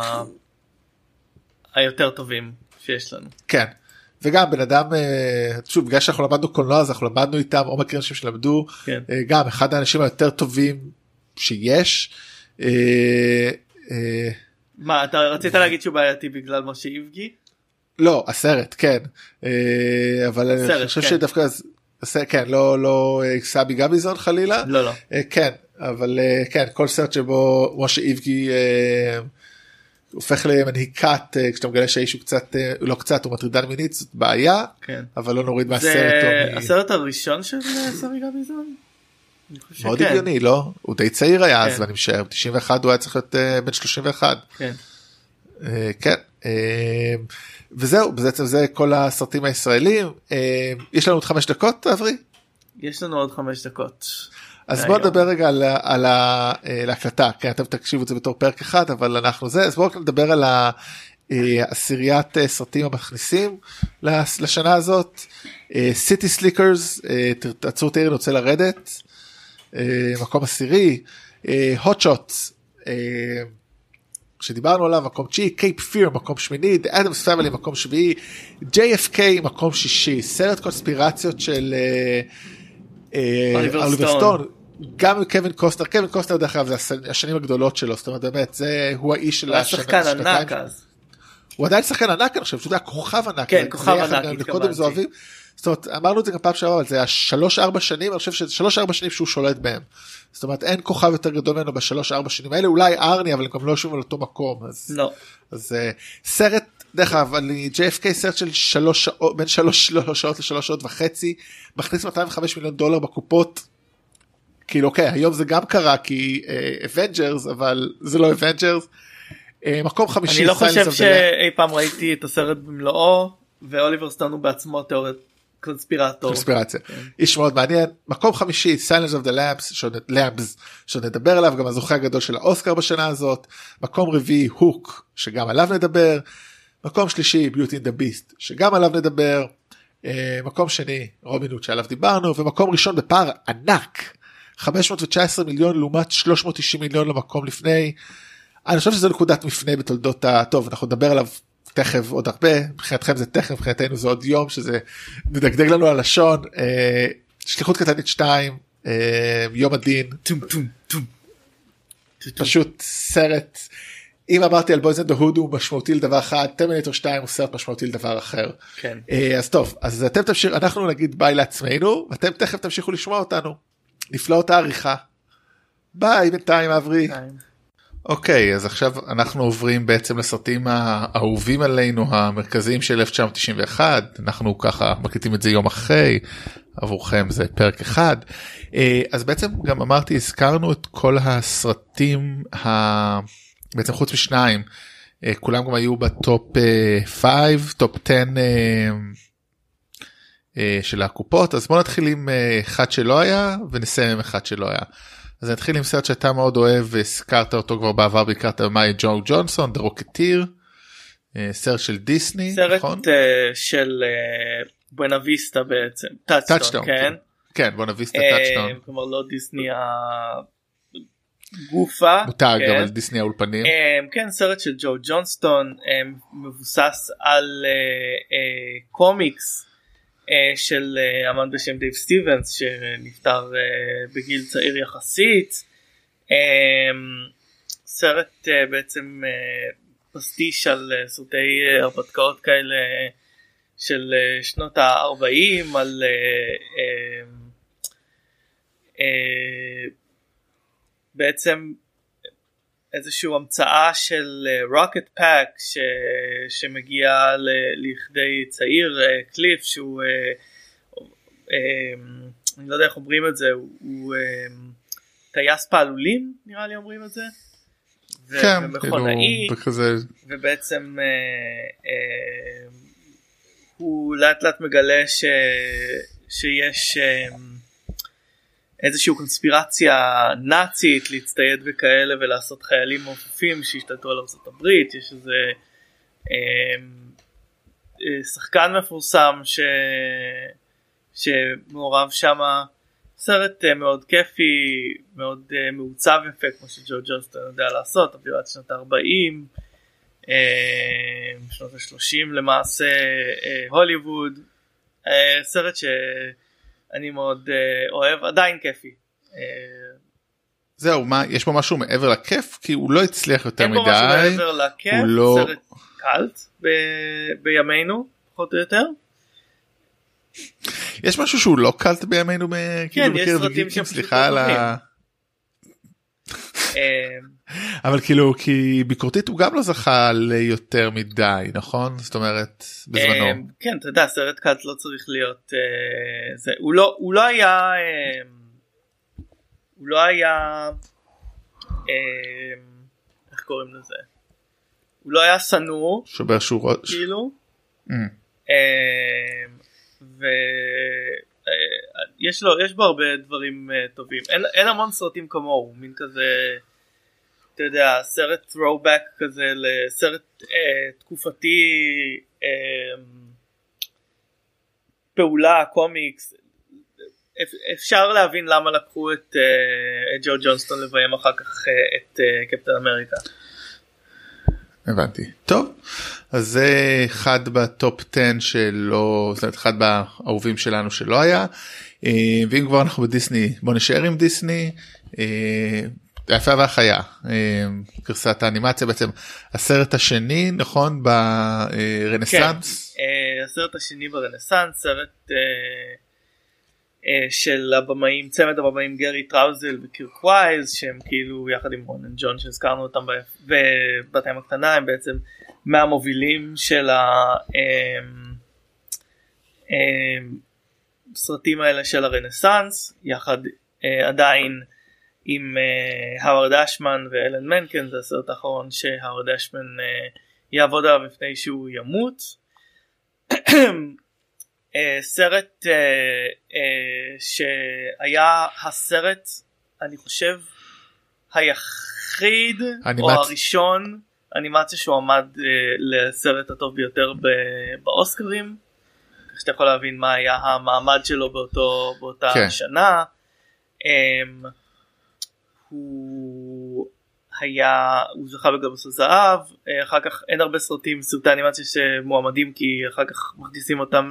היותר טובים שיש לנו. כן, וגם בן אדם, שוב, בגלל שאנחנו למדנו קולנוע, אז אנחנו למדנו איתם, או מכיר אנשים שלמדו, כן. גם אחד האנשים היותר טובים שיש. מה, אתה רצית להגיד שהוא בעייתי בגלל משה איבגי? לא, הסרט, כן. אבל אני חושב שדווקא, כן, לא סבי גביזון חלילה. לא. כן, אבל כן, כל סרט שבו משה איבגי הופך למנהיג קאט, כשאתה מגלה שהאיש הוא קצת, לא קצת, הוא מטרידן מינית, זאת בעיה, כן. אבל לא נוריד מהסרט. זה הסרט הראשון של סבי גביזון? מאוד הגיוני, לא? הוא די צעיר היה אז, ואני משער, ב-91 הוא היה צריך להיות בן 31. כן. כן. וזהו, בעצם זה כל הסרטים הישראלים. יש לנו עוד 5 דקות, אברי? יש לנו עוד 5 דקות. אז בואו נדבר רגע על ההקלטה, כן, אתם תקשיבו את זה בתור פרק אחד, אבל אנחנו זה, אז בואו נדבר על עשיריית סרטים המכניסים לשנה הזאת, City Slickers, תעצרו תראי, רוצה לרדת, מקום 10, Hot Shots, שדיברנו עליו, מקום 9, Cape Fear, מקום 8, The Addams Family, מקום 7, JFK, מקום 6, סרט קונספירציות של אוליבר סטון, גם קווין קוסטנר דרך אגב, זה השנים הגדולות שלו, זאת אומרת באמת, הוא האיש של השחקן ענק אז. הוא עדיין שחקן ענק, אני חושב, שהוא יודע, כוכב ענק. כן, כוכב ענק, קודם זוהבים. זאת אומרת, אמרנו את זה גם פעם שעברה, אבל זה היה 3-4 שנים, אני חושב שזה 3-4 שנים שהוא שולט בהם. זאת אומרת, אין כוכב יותר גדול ממנו ב3-4 שנים האלה, אולי ארני, אבל הם גם לא יושבים על אותו מקום. לא. אז סרט, דרך אגב, על JFK, סרט של בין 3 שעות ל3 שעות וחצי, מכניס $205 מיליון בקופות. כאילו, אוקיי, היום זה גם קרה, כי Avengers, אבל זה לא Avengers. מקום 5. אני לא חושב שאי פעם ראיתי את הסרט במלואו, ואוליבר סטון הוא בעצמו תיאוריית קונספירציה. איש מאוד מעניין. מקום 5, Silence of the Lambs, שנדבר עליו, גם הזוכה הגדול של האוסקר בשנה הזאת. מקום 4, הוק, שגם עליו נדבר. מקום שלישי ביוטי אנד דה ביסט שגם עליו נדבר, מקום שני רובין הוד שעליו דיברנו, ומקום ראשון בפער ענק 519 מיליון לעומת 390 מיליון למקום לפני. אני חושב שזה נקודת מפנה בתולדות הטוב, אנחנו נדבר עליו תכף עוד הרבה, מבחינתכם זה תכף, מבחינתנו זה עוד יום שזה מדגדג לנו על לשון. שליחות קטנית 2, יום הדין, פשוט סרט, אם אמרתי על בויז אנד דה הוד הוא משמעותי לדבר אחד, טרמינטור 2 הוא סרט משמעותי לדבר אחר. כן. אז טוב, אז אתם תמשיכו, אנחנו נגיד ביי לעצמנו, ואתם תכף תמשיכו לשמוע אותנו. נפלאות העריכה. ביי בינתיים אברי. אוקיי, אז עכשיו אנחנו עוברים בעצם לסרטים האהובים עלינו, המרכזיים של 1991, אנחנו ככה מקליטים את זה יום אחרי, עבורכם זה פרק אחד, אז בעצם גם אמרתי, הזכרנו את כל הסרטים, בעצם חוץ משניים, כולם גם היו בטופ 5, טופ 10 של הקופות, אז בואו נתחיל עם אחד שלא היה, ונסיים עם אחד שלא היה. אז נתחיל עם סרט שאתה מאוד אוהב, והזכרת אותו כבר בעבר, ביקרת במאי ג'ו ג'ונסון, The Rocketeer, סרט של דיסני, נכון? סרט של בואנאביסטה בעצם, טאצ'טון, כן? כן, בואנאביסטה טאצ'טון. כלומר לא דיסני הגופה. מותג, אבל דיסני האולפנים. כן, סרט של ג'ו ג'ונסטון, מבוסס על קומיקס, של אמן בשם דייב סטיבנס שנפטר בגיל צעיר יחסית. סרט בעצם פסטיש על סרטי הרפתקאות כאלה של שנות ה-40 על בעצם איזושהי המצאה של רוקט פאק שמגיע לכדי צעיר קליף שהוא אני לא יודע איך אומרים את זה, הוא טייס פעלולים נראה לי אומרים את זה, ומכונאי, ובעצם הוא לאט לאט מגלה שיש איזושהי קונספירציה נאצית להצטייד וכאלה ולעשות חיילים מעופפים שהשתלטו על ארצות הברית. יש איזה שחקן מפורסם שמעורב שם. סרט מאוד כיפי, מאוד מעוצב יפה כמו שג'ו ג'ונסטון יודע לעשות, אווירת שנות ה-40, שנות ה-30 למעשה, הוליווד. סרט שאני מאוד אוהב, עדיין כיפי. זהו, יש פה משהו מעבר לכיף? כי הוא לא הצליח יותר מדי. אין פה משהו מעבר לכיף, סרט קלט בימינו, פחות או יותר. יש משהו שהוא לא קלט בימינו? כן, יש סרטים שהם פשוט טובים. אבל כאילו, כי ביקורתית הוא גם לא זכה ליותר מדי, נכון? זאת אומרת, בזמנו. כן, אתה יודע, סרט קלט לא צריך להיות, הוא לא היה, איך קוראים לזה? הוא לא היה סנור, שובר שורות. כאילו. ויש בו הרבה דברים טובים. אין המון סרטים כמוהו, מין כזה, אתה יודע, סרט throwback כזה לסרט תקופתי, פעולה, קומיקס. אפשר להבין למה לקחו את ג'ו ג'ונסטון לביים אחר כך את קפטן אמריקה. הבנתי. טוב, אז זה אחד בטופ 10 שלא, זאת אומרת, אחד באהובים שלנו שלא היה. ואם כבר אנחנו בדיסני, בוא נשאר עם דיסני. היפה והחיה, גרסת האנימציה, בעצם הסרט השני, נכון, ברנסנס? כן, הסרט השני ברנסנס, סרט של הבמאים, צמד הבמאים גרי טראוזל וקירק ווייז, שהם כאילו יחד עם רון אנד ג'ון שהזכרנו אותם בבתיים הקטנה, הם בעצם מהמובילים של הסרטים האלה של הרנסנס, יחד עדיין עם האוורד אשמן ואלן מנקן. זה הסרט האחרון שהאוורד אשמן יעבוד עליו לפני שהוא ימות. סרט שהיה הסרט, אני חושב, היחיד או הראשון אנימציה שהוא עמד לסרט הטוב ביותר באוסקרים, כך שאתה יכול להבין מה היה המעמד שלו באותה שנה. הוא זכה בגלובוס הזהב, אחר כך אין הרבה סרטי אנימציה שמועמדים כי אחר כך מכניסים אותם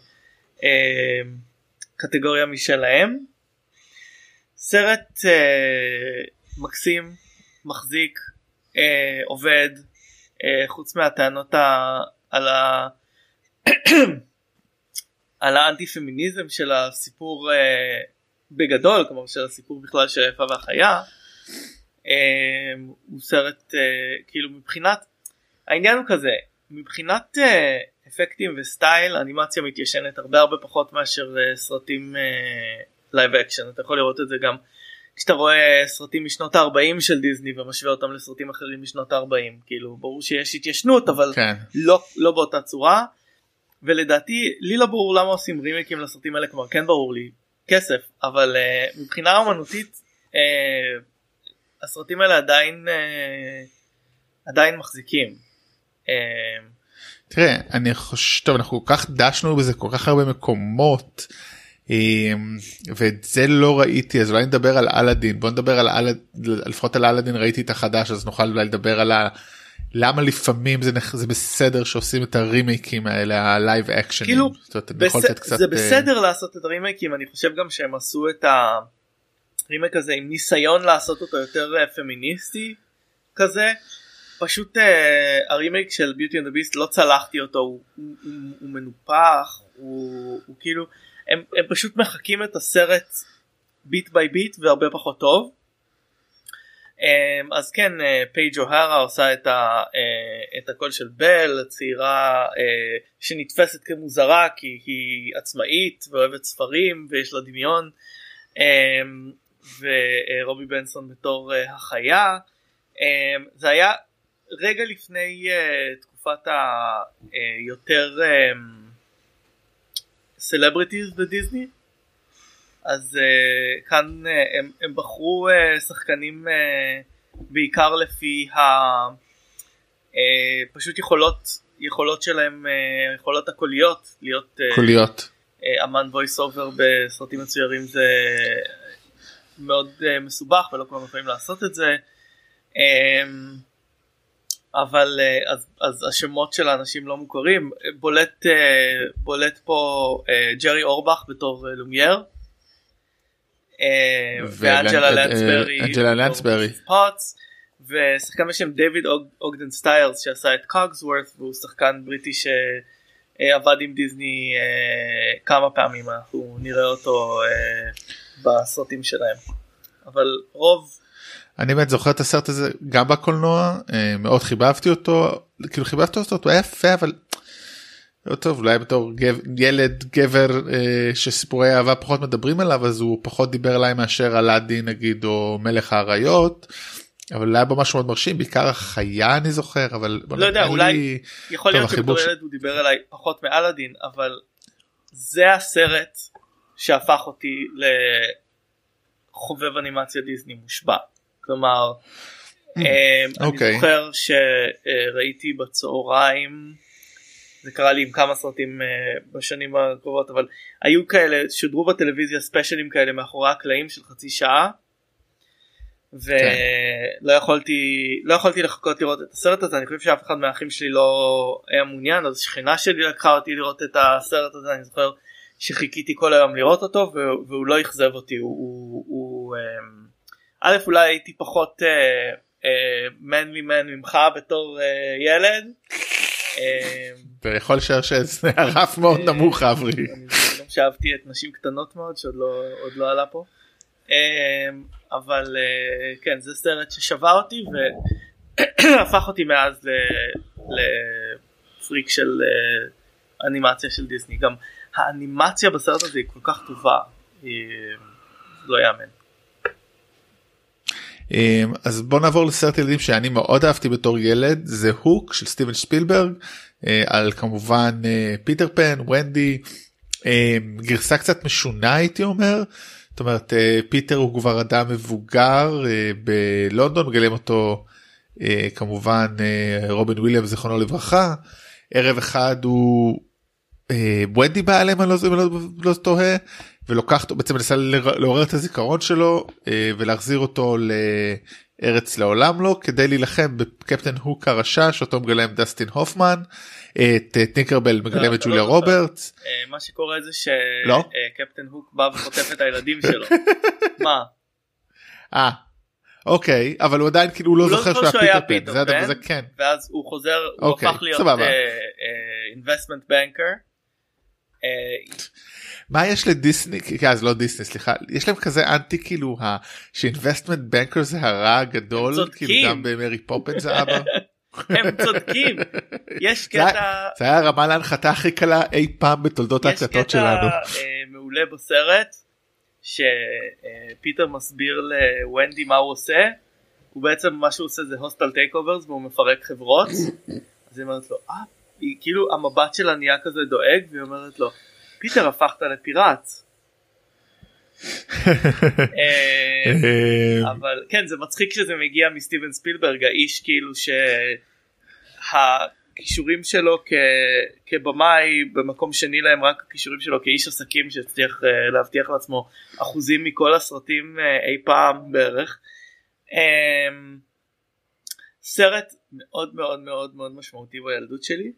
לקטגוריה משלהם. סרט מקסים, מחזיק, עובד, חוץ מהטענות על האנטי פמיניזם של הסיפור בגדול, כלומר של הסיפור בכלל של היפה והחיה. הוא סרט כאילו מבחינת העניין הוא כזה, מבחינת אפקטים וסטייל אנימציה מתיישנת הרבה פחות מאשר סרטים לייב אקשן. אתה יכול לראות את זה גם כשאתה רואה סרטים משנות ה-40 של דיסני ומשווה אותם לסרטים אחרים משנות ה-40, כאילו ברור שיש התיישנות אבל כן. לא באותה צורה. ולדעתי לי לא ברור למה עושים רימייקים לסרטים האלה, כלומר כן ברור לי כסף, אבל מבחינה אומנותית הסרטים האלה עדיין מחזיקים. תראה, אני חושב, טוב, אנחנו כל כך דשנו בזה כל כך הרבה מקומות, ואת זה לא ראיתי, אז אולי נדבר על אלאדין. בוא נדבר על לפחות על אלאדין, ראיתי את החדש, אז נוכל אולי לדבר על למה לפעמים זה בסדר שעושים את הרימייקים האלה, הלייב אקשנים. כאילו, זה בסדר לעשות את הרימייקים, אני חושב גם שהם עשו את הרימייק הזה עם ניסיון לעשות אותו יותר פמיניסטי כזה. פשוט הרימייק של Beauty and the Beast לא צלחתי אותו, הוא מנופח, הוא כאילו, הם פשוט מחקים את הסרט ביט ביי ביט והרבה פחות טוב. אז כן, פייג' אוהרה עושה את הקול של בל, צעירה שנתפסת כמוזרה כי היא עצמאית ואוהבת ספרים ויש לה דמיון, ורובי בנסון בתור החיה. זה היה רגע לפני תקופת היותר סלבריטיז בדיסני, אז כאן הם בחרו שחקנים בעיקר לפי פשוט יכולות שלהם, יכולות הקוליות, להיות אמן וויס אובר בסרטים מצוירים זה מאוד מסובך ולא כולם יכולים לעשות את זה. אבל אז השמות של האנשים לא מוכרים. בולט פה ג'רי אורבך בתור לומייר, ואנג'לה לנסברי ושחקן בשם דיוויד אוגדן סטיילס שעשה את קוגסוורת', והוא שחקן בריטי שעבד עם דיסני כמה פעמים, אנחנו נראה אותו בסרטים שלהם. אבל אני באמת זוכר את הסרט הזה גם בקולנוע, מאוד חיבבתי אותו, כאילו חיבבתי אותו, הוא היה יפה, אבל לא טוב, אולי בתור ילד גבר שסיפורי אהבה פחות מדברים עליו, אז הוא פחות דיבר עליי מאשר אלאדין נגיד, או מלך האריות, אבל היה בו משהו מאוד מרשים, בעיקר החיה אני זוכר, אבל לא יודע, אולי יכול להיות שבתור ילד הוא דיבר עליי פחות מאלאדין, אבל זה הסרט שהפך אותי לחובב אנימציה דיסני מושבע. כלומר, אני זוכר שראיתי בצהריים, זה קרה לי עם כמה סרטים בשנים הקרובות, אבל היו כאלה, שודרו בטלוויזיה ספיישלים כאלה מאחורי הקלעים של חצי שעה, ולא יכולתי לחכות לראות את הסרט הזה. אני חושב שאף אחד מהאחים שלי לא היה מעוניין, אז שכנה שלי לקחה אותי לראות את הסרט הזה. אני זוכר שחיכיתי כל היום לראות אותו, והוא לא אכזב אותי. א', אולי הייתי פחות מנלי ממך בתור ילד, ויכול לשער שזה הרף מאוד נמוך אברי. אני גם שאהבתי את נשים קטנות מאוד שעוד לא עלה פה, אבל כן, זה סרט ששווה אותי והפך אותי מאז לפריק של אנימציה של דיסני. גם האנימציה בסרט הזה היא כל כך טובה, לא יאמן. אז בוא נעבור לסרט ילדים שאני מאוד אהבתי בתור ילד, זה הוק של סטיבן שפילברג, על כמובן פיטר פן, ונדי, גרסה קצת משונה הייתי אומר, זאת אומרת פיטר הוא כבר אדם מבוגר בלונדון, מגלים אותו כמובן רובין וויליאמס זיכרונו לברכה, ערב אחד הוא ונדי בא עליהם, אני לא טועה, ולוקח אותו, בעצם מנסה לעורר את הזיכרון שלו ולהחזיר אותו לארץ לעולם לו, כדי להילחם בקפטן הוק הרשע, שאותו מגלם דסטין הופמן, את טינקרבל מגלם את ג'וליה רוברטס. מה שקורה זה שקפטן הוק בא וחוטף את הילדים שלו. מה? אוקיי, אבל הוא עדיין כאילו לא זוכר שהוא היה פיטר פן, זה כן. ואז הוא חוזר, הוא הפך להיות investment banker. מה יש לדיסני, אז לא דיסני, סליחה, יש להם כזה אנטי כאילו, ש-investment banker זה הרע הגדול, כאילו גם במרי פופן זה אבא. הם צודקים, יש קטע, זה היה הרמה להנחתה הכי קלה אי פעם בתולדות ההקלטות שלנו. יש קטע מעולה בסרט, שפיטר מסביר לוונדי מה הוא עושה, הוא בעצם מה שהוא עושה זה hostile takeovers, והוא מפרק חברות, אז היא אומרת לו, כאילו המבט שלה נהיה כזה דואג, והיא אומרת לו, פיטר הפכת לפיראט. אבל כן, זה מצחיק שזה מגיע מסטיבן ספילברג, האיש כאילו שהכישורים שלו כבמאי במקום שני להם, רק הכישורים שלו כאיש עסקים שצריך להבטיח לעצמו אחוזים מכל הסרטים אי פעם בערך. סרט מאוד מאוד מאוד מאוד משמעותי בילדות שלי,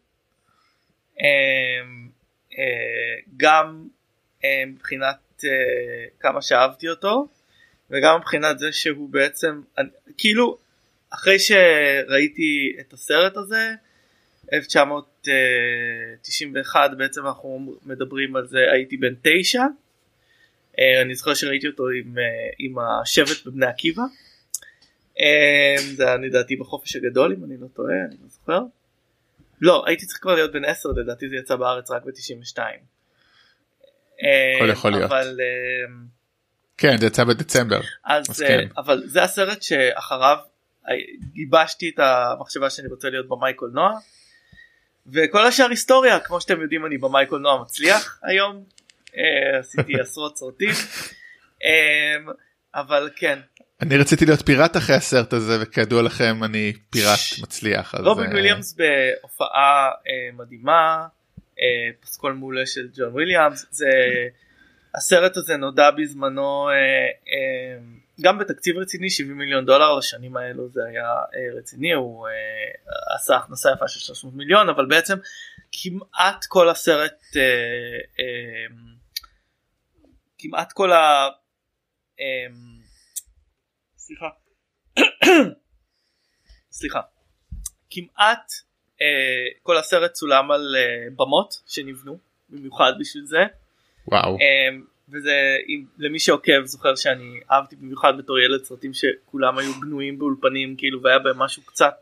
גם מבחינת כמה שאהבתי אותו, וגם מבחינת זה שהוא בעצם, כאילו אחרי שראיתי את הסרט הזה 1991, בעצם אנחנו מדברים על זה, הייתי בן 9, אני זוכר שראיתי אותו עם השבט בבני עקיבא, זה היה לדעתי בחופש הגדול אם אני לא טועה, אני לא זוכר, לא, הייתי צריך כבר להיות בן 10, לדעתי זה יצא בארץ רק ב-92. יכול להיות. אבל כן, זה יצא בדצמבר. אבל זה הסרט שאחריו גיבשתי את המחשבה שאני רוצה להיות במאי קולנוע, וכל השאר היסטוריה, כמו שאתם יודעים אני במאי קולנוע מצליח היום, עשיתי עשרות סרטים, אבל כן. אני רציתי להיות פיראט אחרי הסרט הזה, וכידוע לכם אני פיראט מצליח. רובין וויליאמס בהופעה מדהימה, פסקול מעולה של ג'ון וויליאמס, הסרט הזה נודע בזמנו גם בתקציב רציני, $70 מיליון לשנים האלו, זה היה רציני, הוא עשה הכנסה יפה של 300 מיליון, אבל בעצם כמעט כל הסרט, כמעט כל סליחה, כמעט כל הסרט צולם על במות שנבנו במיוחד בשביל זה. וואו. וזה, למי שעוקב זוכר שאני אהבתי במיוחד בתור ילד סרטים שכולם היו בנויים באולפנים, כאילו, והיה בהם משהו קצת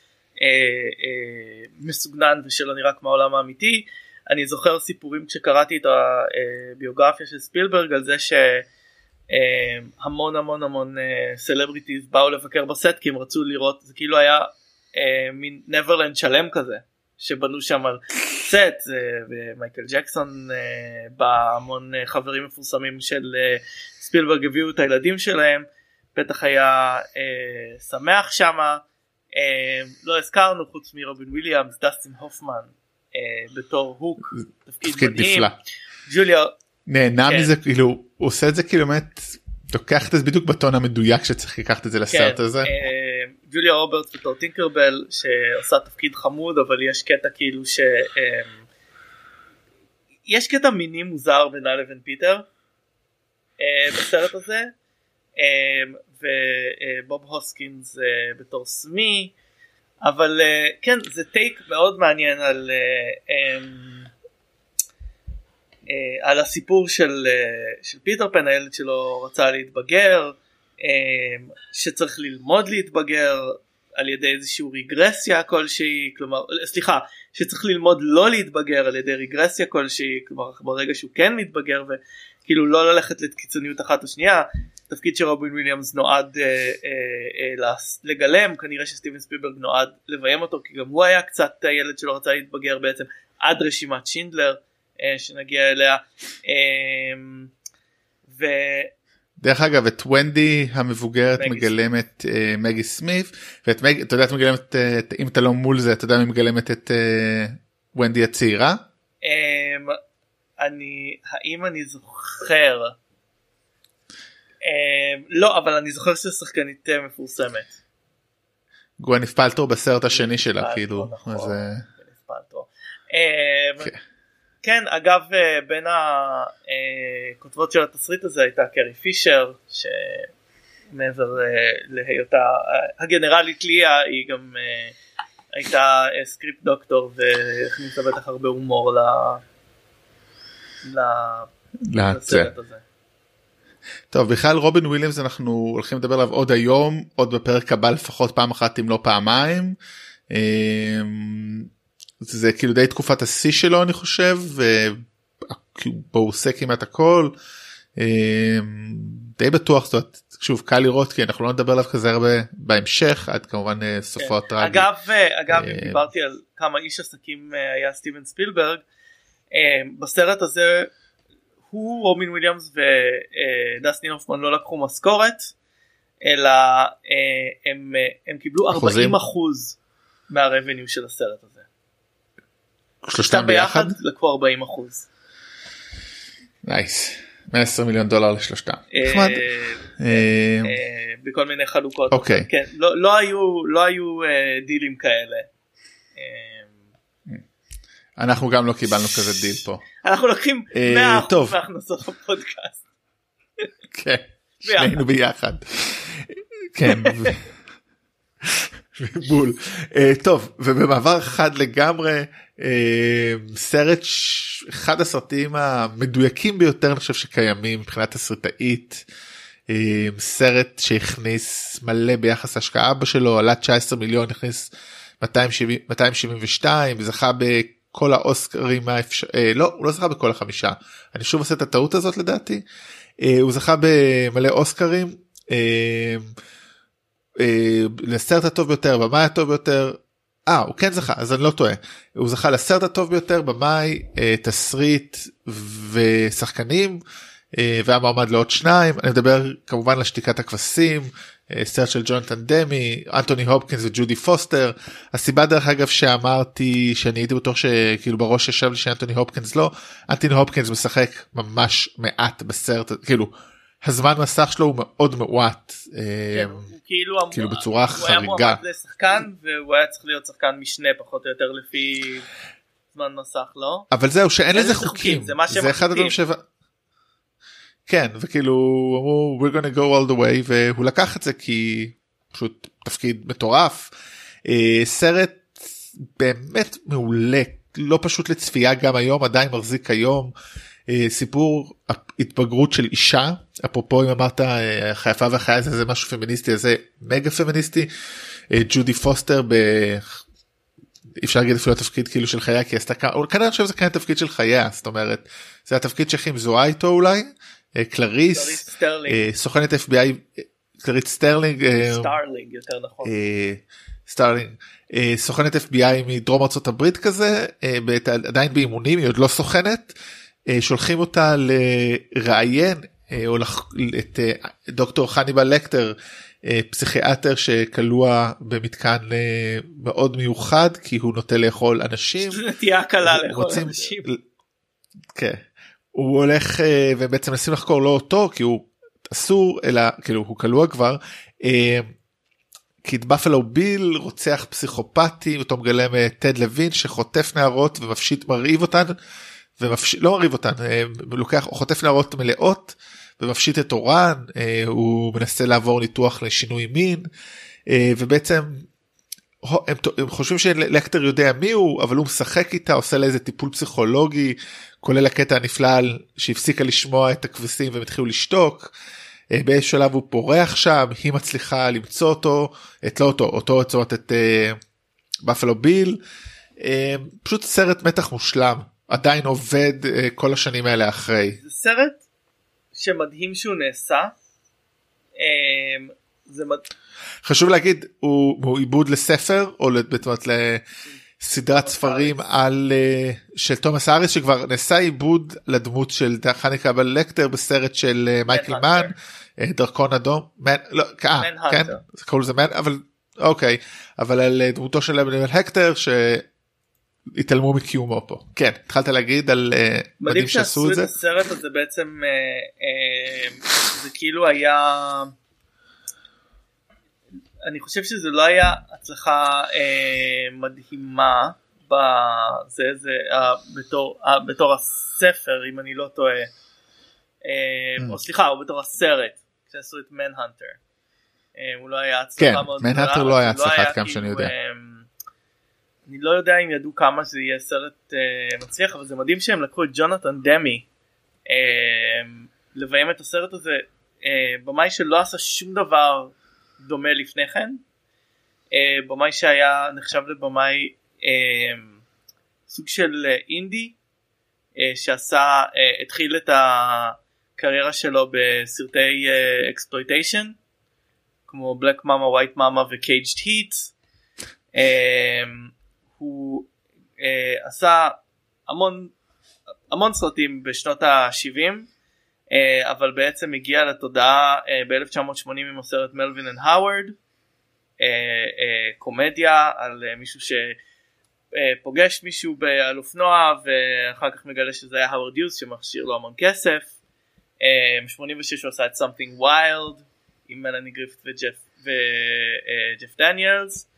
מסוגנן ושלא נראה כמו העולם האמיתי. אני זוכר סיפורים כשקראתי את הביוגרפיה של ספילברג על זה שהמון המון המון סלבריטיז באו לבקר בסט, כי הם רצו לראות, זה כאילו היה מין נברלנד שלם כזה שבנו שם על סט, ומייקל ג'קסון בא, המון חברים מפורסמים של ספילברג הביאו את הילדים שלהם, בטח היה שמח שמה. לא הזכרנו חוץ מרובין וויליאמס, דסטין הופמן בתור הוק, תפקיד מדהים. ג'וליה נהנה מזה, כאילו הוא עושה את זה כאילו באמת, לוקח את זה בדיוק בטון המדויק שצריך לקחת את זה לסרט הזה. ג'וליה רוברטס בתור טינקרבל שעושה תפקיד חמוד, אבל יש קטע כאילו יש קטע מיני מוזר בינה לבין פיטר בסרט הזה, ובוב הוסקינס בתור סמי, אבל כן, זה טייק מאוד מעניין על הסיפור של פיטר פן, הילד שלו רצה להתבגר, שצריך ללמוד להתבגר על ידי איזושהי רגרסיה כלשהי, כלומר, סליחה, שצריך ללמוד לא להתבגר על ידי רגרסיה כלשהי, כלומר ברגע שהוא כן מתבגר, וכאילו לא ללכת לקיצוניות אחת או שנייה. תפקיד שרובין וויליאמס נועד לגלם, כנראה שסטיבן ספילברג נועד לביים אותו, כי גם הוא היה קצת הילד שלא רצה להתבגר בעצם, עד רשימת שינדלר שנגיע אליה. דרך אגב את ונדי המבוגרת מגלמת מגי סמית, ואת מגי, אתה יודע את מגלמת, אם אתה לא מול זה, אתה יודע מי מגלמת את ונדי הצעירה? האם אני זוכר? לא, אבל אני זוכר שזה שחקנית מפורסמת. גווניף פלטרו בסרט השני שלה, כאילו. כן, אגב, בין הכותבות של התסריט הזה הייתה קרי פישר, שמעבר להיותה הגנרלית ליה, היא גם הייתה סקריפט דוקטור, והכניסה בטח הרבה הומור לסרט הזה. טוב, בכלל רובין וויליאמס אנחנו הולכים לדבר עליו עוד היום, עוד בפרק הבא לפחות פעם אחת אם לא פעמיים. זה כאילו די תקופת השיא שלו אני חושב, ובו הוא עושה כמעט הכל. די בטוח, זאת אומרת, שוב קל לראות כי אנחנו לא נדבר עליו כזה הרבה בהמשך, עד כמובן סופו הטרגי. אגב, אם דיברתי על כמה איש עסקים היה סטיבן ספילברג, בסרט הזה הוא, רובין וויליאמס ודסטין הופמן לא לקחו משכורת, אלא הם קיבלו 40% מהרבניו של הסרט הזה. שלושתם ביחד? לקחו 40%. נייס. $120 מיליון לשלושתם. בכל מיני חלוקות. אוקיי. כן, לא היו דילים כאלה. אנחנו גם לא קיבלנו כזה דיל פה. אנחנו לוקחים 100% מהכנסות הפודקאסט. כן, שנינו ביחד. כן. בול. טוב, ובמעבר חד לגמרי, סרט, אחד הסרטים המדויקים ביותר אני חושב שקיימים מבחינת הסרטאית, סרט שהכניס מלא ביחס להשקעה שלו, עלה 19 מיליון, הכניס 272, זכה בכל האוסקרים, לא, הוא לא זכה בכל החמישה, אני שוב עושה את הטעות הזאת לדעתי, הוא זכה במלא אוסקרים, לסרט הטוב ביותר, במאי הטוב ביותר, הוא כן זכה, אז אני לא טועה, הוא זכה לסרט הטוב ביותר, במאי, תסריט ושחקנים, והיה מועמד לעוד שניים, אני מדבר כמובן לשתיקת הכבשים, סרט של ג'ונתן דמי, אנטוני הופקינס וג'ודי פוסטר, הסיבה דרך אגב שאמרתי, שאני הייתי בטוח שכאילו בראש ישב לי שאנטוני הופקינס לא, אנטוני הופקינס משחק ממש מעט בסרט, כאילו, הזמן מסך שלו הוא מאוד מעט, כאילו בצורה חריגה. הוא היה מועמד לשחקן והוא היה צריך להיות שחקן משנה פחות או יותר לפי זמן מסך, לא? אבל זהו שאין לזה חוקים, זה אחד הדברים כן, וכאילו אמרו we're gonna go all the way, והוא לקח את זה כי פשוט תפקיד מטורף. סרט באמת מעולה, לא פשוט לצפייה גם היום, עדיין מחזיק היום. סיפור התבגרות של אישה, אפרופו אם אמרת חיפה והחיה זה משהו פמיניסטי, אז זה מגה פמיניסטי. ג'ודי פוסטר אפשר להגיד אפילו התפקיד כאילו של חייה, כי עשתה כנראה חושב שזה כאן תפקיד של חייה, זאת אומרת זה התפקיד שהכי מזוהה איתו אולי, קלריס סוכנת FBI, קלריס סטרלינג יותר נכון, סטרלינג סוכנת FBI מדרום ארצות הברית כזה, עדיין באימונים, היא עוד לא סוכנת, שולחים אותה לראיין את דוקטור חניבל לקטר, פסיכיאטר שקלוע במתקן מאוד מיוחד כי הוא נוטה לאכול אנשים, נטייה קלה לאכול אנשים. כן, הוא הולך ובעצם נסים לחקור לא אותו כי הוא אסור אלא כאילו הוא קלוע כבר, כי את בפלו ביל רוצח פסיכופתי, אותו מגלם טד לוין שחוטף נערות ומפשיט מרעיב אותן, לא מרעיב אותן, חוטף נערות מלאות ומפשיט את אורן, הוא מנסה לעבור ניתוח לשינוי מין, ובעצם הם חושבים שלקטר יודע מי הוא, אבל הוא משחק איתה, עושה לה איזה טיפול פסיכולוגי, כולל הקטע הנפלא שהפסיקה לשמוע את הכבשים והם התחילו לשתוק, באיזשהו שלב הוא פורח שם, היא מצליחה למצוא אותו, את בפלו ביל, פשוט סרט מתח מושלם, עדיין עובד כל השנים האלה אחרי. זה סרט שמדהים שהוא נעשה, חשוב להגיד, הוא עיבוד לספר, או סדרת ספרים של תומאס האריס, שכבר נעשה עיבוד לדמות של חניקה בלקטר בסרט של מייקל מן, דרכון אדום, כן, קראו לזה מן, אבל אוקיי, אבל על דמותו של הקטר שהתעלמו מקיומו פה. כן, התחלת להגיד על מדהים שעשו את זה. מדהים שעשו את הסרט הזה בעצם, זה כאילו היה, אני חושב שזה לא היה הצלחה מדהימה בתור הספר, אם אני לא טועה, או סליחה, או בתור הסרט שעשו את מנהנטר. הוא לא היה הצלחה מאוד גדולה. כן, מנהנטר לא היה הצלחה כמה שאני יודע. אני לא יודע אם ידעו כמה זה יהיה סרט מצליח, אבל זה מדהים שהם לקחו את ג'ונתן דמי לביים את הסרט הזה, במאי שלא עשה שום דבר דומה לפני כן, במאי שהיה נחשב לבמאי סוג של אינדי, שעשה, התחיל את הקריירה שלו בסרטי אקספלויטיישן, כמו Black Mama, White Mama ו-Caged Heat. הוא עשה המון סרטים בשנות ה-70, אבל בעצם הגיע לתודעה ב-1980 עם הסרט מלווין אנד האוורד, קומדיה על מישהו שפוגש מישהו על אופנוע ואחר כך מגלה שזה היה האוורד יוז שמכשיר לו המון כסף. 86 הוא עשה את Something Wild עם מלאני גריפט וג'ף דניאלס,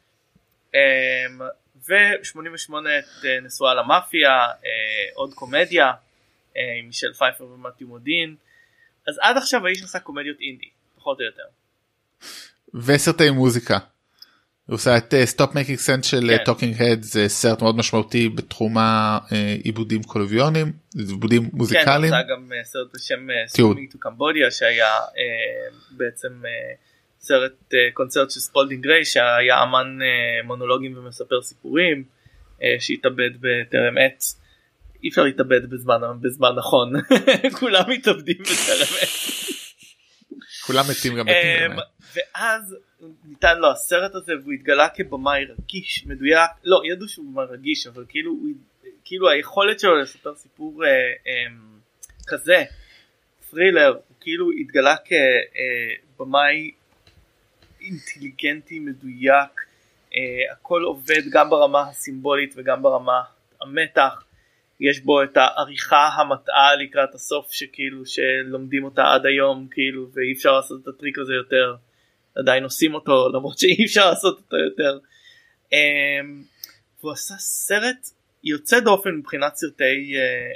ו-88 את נשואה למאפיה, עוד קומדיה עם מישל פייפר ומתיו מודין. אז עד עכשיו האיש עשה קומדיות אינדי, פחות או יותר. וסרטי מוזיקה. הוא עושה את Stop Making Sense של Talking Heads, זה סרט מאוד משמעותי בתחום העיבודים קולוביונים, עיבודים מוזיקליים. כן, הוא עושה גם סרט בשם Swimming to Cambodia, שהיה בעצם סרט קונצרט של ספולדינג גריי, שהיה אמן מונולוגים ומספר סיפורים, שהתאבד בטרם עת. אי אפשר להתאבד בזמן נכון, כולם מתאבדים בטרם עת. כולם מתים גם מתים. ואז ניתן לו הסרט הזה, והוא התגלה כבמאי רגיש, מדויק, לא, ידעו שהוא במאי רגיש, אבל כאילו היכולת שלו לספר סיפור כזה, פרילר, הוא כאילו התגלה כבמאי אינטליגנטי, מדויק, הכל עובד גם ברמה הסימבולית וגם ברמה המתח, יש בו את העריכה המטעה לקראת הסוף שכאילו שלומדים אותה עד היום כאילו, ואי אפשר לעשות את הטריק הזה יותר, עדיין עושים אותו למרות שאי אפשר לעשות אותו יותר. והוא עשה סרט יוצא דופן מבחינת סרטי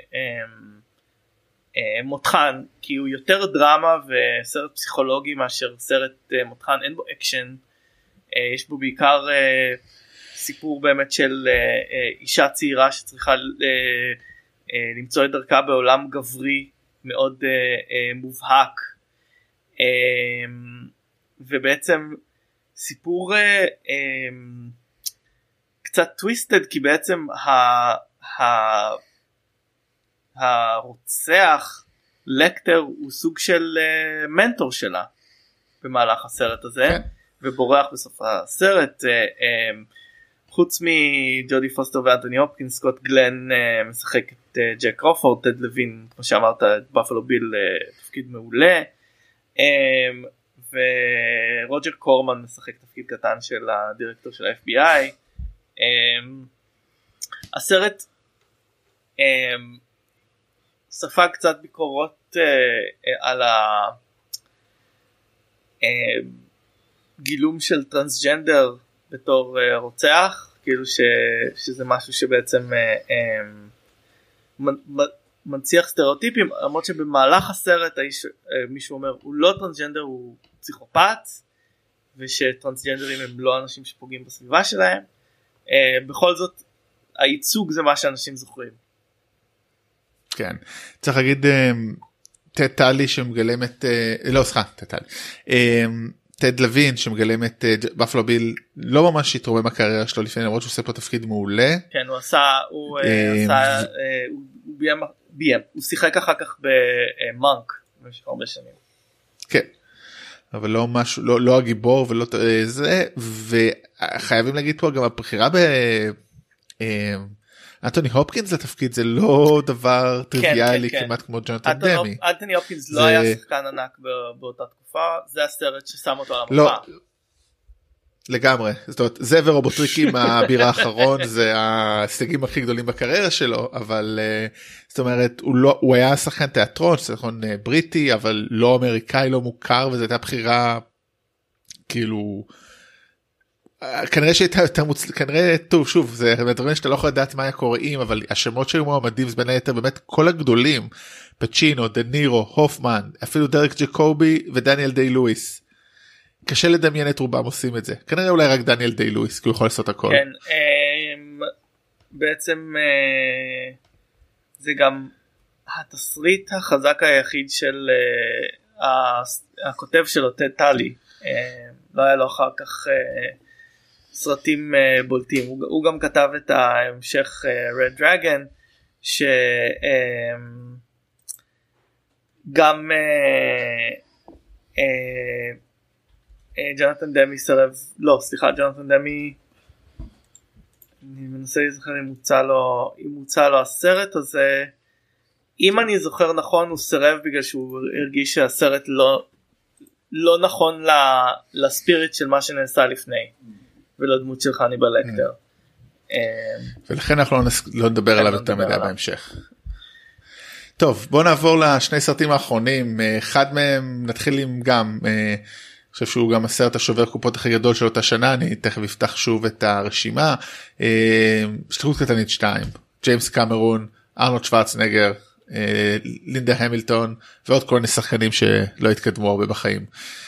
מותחן, כי הוא יותר דרמה וסרט פסיכולוגי מאשר סרט מותחן, אין בו אקשן, יש בו בעיקר סיפור באמת של אישה צעירה שצריכה למצוא את דרכה בעולם גברי מאוד מובהק, ובעצם סיפור קצת טוויסטד, כי בעצם הרוצח לקטר הוא סוג של מנטור שלה במהלך הסרט הזה, כן. ובורח בסוף הסרט. חוץ מג'ודי פוסטר ואנטוני הופקינס, סקוט גלן משחק את ג'ק קרופורד, טד לוין כמו שאמרת את בפלו ביל, תפקיד מעולה, ורוג'ר קורמן משחק תפקיד קטן של הדירקטור של ה-FBI. הסרט ספג קצת ביקורות על הגילום של טרנסג'נדר בתור רוצח, כאילו שזה משהו שבעצם מנציח סטריאוטיפים, למרות שבמהלך הסרט מישהו אומר הוא לא טרנסג'נדר, הוא פסיכופת, ושטרנסג'נדרים הם לא אנשים שפוגעים בסביבה שלהם. בכל זאת הייצוג זה מה שאנשים זוכרים. כן, צריך להגיד טלי שמגלם את, לא סליחה, טד לוין שמגלם את בפלו ביל לא ממש התרומם הקריירה שלו לפני, למרות שהוא עושה פה תפקיד מעולה. כן, הוא ביים, הוא שיחק אחר כך במאנק במשך הרבה שנים. כן, אבל לא משהו, לא הגיבור ולא זה, וחייבים להגיד פה גם הבחירה אנטוני הופקינס לתפקיד זה לא דבר טריוויאלי כן. כמעט כמו ג'ונתן דמי. אנטוני הופקינס לא היה שחקן ענק באותה תקופה, זה הסרט ששם אותו על המפה. לא, לגמרי, זאת אומרת, זה ורובוטריקים האביר האחרון, זה ההישגים הכי גדולים בקריירה שלו, אבל זאת אומרת, הוא היה שחקן תיאטרון, שחקן בריטי, אבל לא אמריקאי, לא מוכר, וזו הייתה בחירה, כאילו, כנראה שהייתה יותר כנראה, טוב, שוב, זה דברים שאתה לא יכול לדעת מה היה קוראים, אבל השמות שהיו מועמדים, זה בין היתר באמת כל הגדולים, פצ'ינו, דנירו, הופמן, אפילו דרק ג'קובי ודניאל דיי לואיס. קשה לדמיין את רובם עושים את זה. כנראה אולי רק דניאל דיי לואיס, כי הוא יכול לעשות הכל. כן, בעצם זה גם התסריט החזק היחיד של הכותב שלו, טד טלי. לא היה לו אחר כך סרטים בולטים. הוא גם כתב את ההמשך Red Dragon, שגם ג'ונתן דמי סרב, לא סליחה, ג'ונתן דמי, אני מנסה להזכר אם הוצא לו הסרט הזה, אם אני זוכר נכון הוא סרב בגלל שהוא הרגיש שהסרט לא נכון לספיריט של מה שנעשה לפני ולדמות של חניבל לקטר, ולכן אנחנו לא נדבר עליו יותר מדי בהמשך. טוב, בוא נעבור לשני סרטים האחרונים. אחד מהם נתחיל עם גם, אני חושב שהוא גם הסרט השובר קופות הכי גדול של אותה שנה, אני תכף אפתח שוב את הרשימה. שליחות קטנית 2, ג'יימס קמרון, ארנולד שוורצנגר, לינדה המילטון ועוד כל מיני שחקנים שלא התקדמו הרבה בחיים.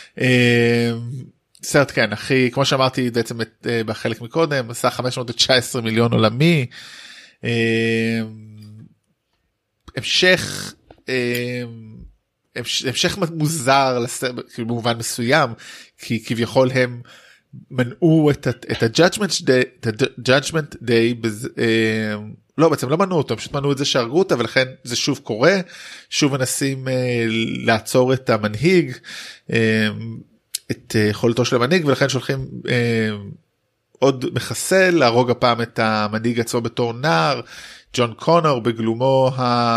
סרט כן, הכי, כמו שאמרתי בעצם בחלק מקודם, עשה 519 מיליון עולמי. המשך מוזר במובן מסוים, כי כביכול הם מנעו את ה-Judgment Day, לא, בעצם לא מנעו אותו, פשוט מנעו את זה שהרגו אותה, ולכן זה שוב קורה, שוב מנסים לעצור את המנהיג, את יכולתו של המנהיג, ולכן שולחים עוד מחסל, להרוג הפעם את המנהיג עצמו בתור נער, ג'ון קונור בגלומו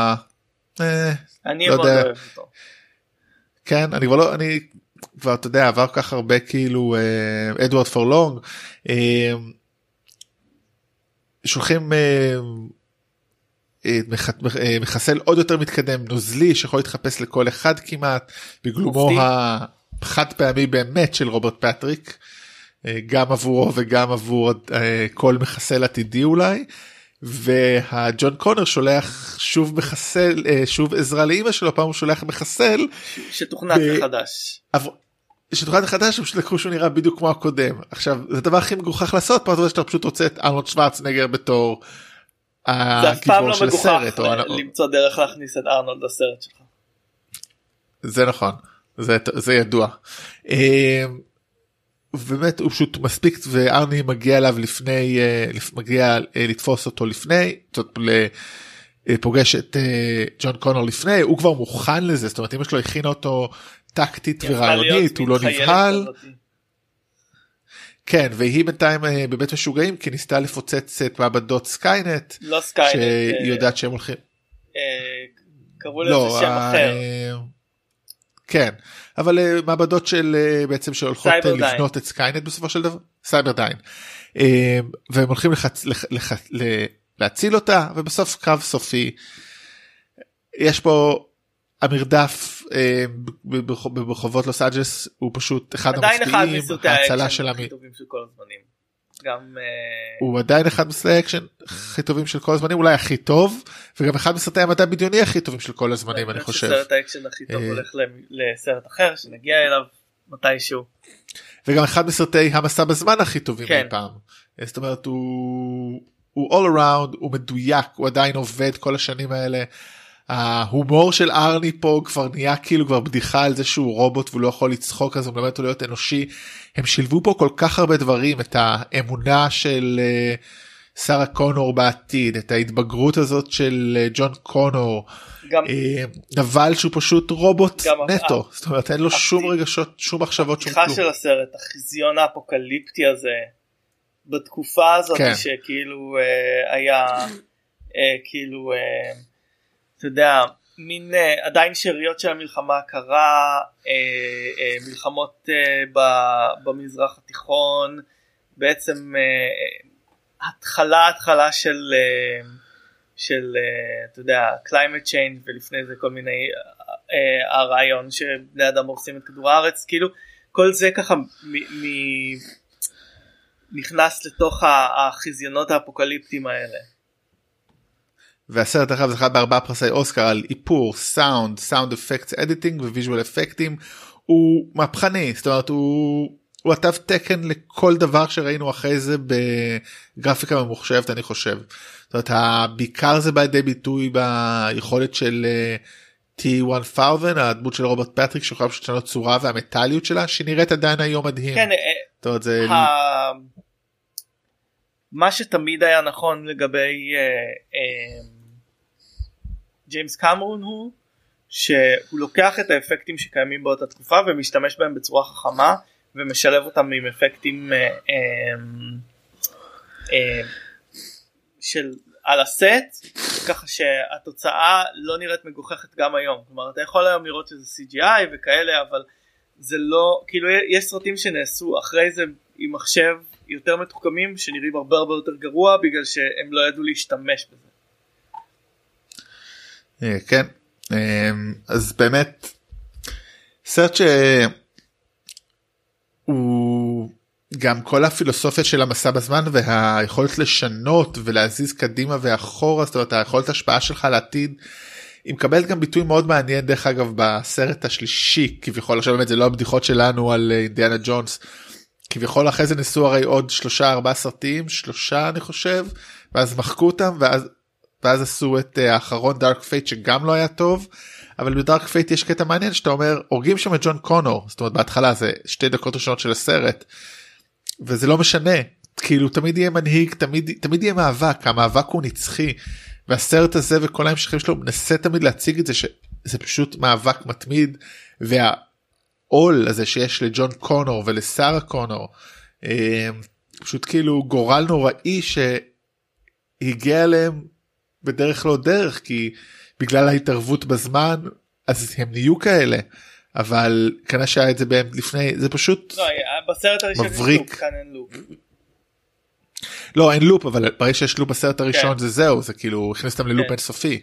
אני מאוד אוהב אותו. כן, אני כבר, אתה יודע, עבר כך הרבה כאילו, אדוארד פורלונג, שולחים מחסל עוד יותר מתקדם, נוזלי, שיכול להתחפש לכל אחד כמעט, בגלומו החד פעמי באמת של רוברט פטריק, גם עבורו וגם עבור כל מחסל עתידי אולי, והג'ון קונר שולח שוב מחסל, שוב עזרה לאמא שלו, פעם הוא שולח מחסל שתוכנת מחדש, שתוכנת מחדש, פשוט לקחו שהוא נראה בדיוק כמו הקודם. עכשיו זה הדבר הכי מגוחך לעשות, פעם שאתה פשוט רוצה את ארנולד שוורצנגר בתור הגיבור של הסרט. זה אף פעם לא מגוחך למצוא דרך להכניס את ארנולד לסרט שלך. זה נכון, זה ידוע. באמת הוא פשוט מספיק, וארני מגיע אליו לפני, מגיע לתפוס אותו לפני, פוגש את ג'ון קונור לפני, הוא כבר מוכן לזה, זאת אומרת אמא שלו הכינה אותו טקטית ורעיונית, הוא לא נבהל. כן, והיא בינתיים בבית משוגעים, כי ניסתה לפוצץ את מעבדות סקיינט, לא סקיינט, שהיא יודעת שהם הולכים. קראו לזה שם אחר. כן, אבל מעבדות של בעצם שהולכות לבנות את סקיינט בסופו של דבר, סייברדיין, והם הולכים להציל אותה, ובסוף קרב סופי, יש פה המרדף ברחובות לוס אנג'לס, הוא פשוט אחד המפתיעים, ההצלה של הכי טובים של כל הזמנים. הוא עדיין אחד מסרטי האקשן הכי טובים של כל הזמנים, אולי הכי טוב, וגם אחד מסרטי המדע בדיוני הכי טובים של כל הזמנים, אני חושב. סרט האקשן הכי טוב הולך לסרט אחר שנגיע אליו מתישהו, וגם אחד מסרטי המסע בזמן הכי טובים אי פעם. זאת אומרת הוא all around, הוא מדויק, הוא עדיין עובד כל השנים האלה. ההומור של ארני פה כבר נהיה כאילו כבר בדיחה על זה שהוא רובוט והוא לא יכול לצחוק, אז הוא מלמד אותו להיות אנושי. הם שילבו פה כל כך הרבה דברים, את האמונה של שרה קונור בעתיד, את ההתבגרות הזאת של ג'ון קונור, נבל שהוא פשוט רובוט נטו, זאת אומרת אין לו שום רגשות, שום מחשבות, שום כלום. הפתיחה של הסרט, החזיון האפוקליפטי הזה, בתקופה הזאת כן. שכאילו היה כאילו אתה יודע מין עדיין שאריות של המלחמה הקרה, מלחמות במזרח התיכון, בעצם התחלה של אתה יודע climate change, ולפני זה כל מיני הרעיון שבני אדם הורסים את כדור הארץ, כאילו כל זה ככה נכנס לתוך החזיונות האפוקליפטיים האלה. והסרט אחריו זכה ב4 פרסי אוסקר על איפור, סאונד אפקטס אדיטינג וויז'ואל אפקטים. הוא מהפכני, זאת אומרת הוא התו תקן לכל דבר שראינו אחרי זה בגרפיקה ממוחשבת, אני חושב. זאת אומרת בעיקר זה בא לידי ביטוי ביכולת של T-1000, הדמות של רוברט פטריק, שיכולה פשוט לשנות צורה, והמטליות שלה שנראית עדיין היום מדהים. כן, זאת אומרת זה מה שתמיד היה נכון לגבי ג'יימס קמרון הוא שהוא לוקח את האפקטים שקיימים באותה תקופה ומשתמש בהם בצורה חכמה ומשלב אותם עם אפקטים של על הסט, ככה שהתוצאה לא נראית מגוחכת גם היום. כלומר אתה יכול היום לראות שזה CGI וכאלה, אבל זה לא, כאילו יש סרטים שנעשו אחרי זה עם מחשב יותר מתוחכמים שנראים הרבה יותר גרוע בגלל שהם לא ידעו להשתמש בזה. כן, אז באמת סרט שהוא גם כל הפילוסופיה של המסע בזמן והיכולת לשנות ולהזיז קדימה ואחורה, זאת אומרת היכולת ההשפעה שלך על העתיד, היא מקבלת גם ביטוי מאוד מעניין דרך אגב בסרט השלישי כביכול. עכשיו באמת זה לא הבדיחות שלנו על אינדיאנה ג'ונס, כביכול אחרי זה ניסו הרי עוד 3-4 סרטים, 3 אני חושב, ואז מחקו אותם, ואז עשו את האחרון דארק פייט שגם לא היה טוב. אבל בדארק פייט יש קטע מעניין שאתה אומר הורגים שם את ג'ון קונור, זאת אומרת בהתחלה זה 2 דקות ראשונות של הסרט וזה לא משנה, כאילו תמיד יהיה מנהיג, תמיד יהיה מאבק, המאבק הוא נצחי, והסרט הזה וכל ההמשכים שלו מנסה תמיד להציג את זה שזה פשוט מאבק מתמיד, והעול הזה שיש לג'ון קונור ולסארה קונור פשוט כאילו גורל נוראי שהגיע אליהם בדרך לא דרך, כי בגלל ההתערבות בזמן אז הם נהיו כאלה, אבל כנראה שהיה את זה בהם לפני, זה פשוט לא, בסרט הראשון מבריק. כאן אין לופ. לא, אין לופ, אבל ברגע שיש לופ בסרט הראשון זה זהו, זה כאילו הכניס אותם ללופ אינסופי.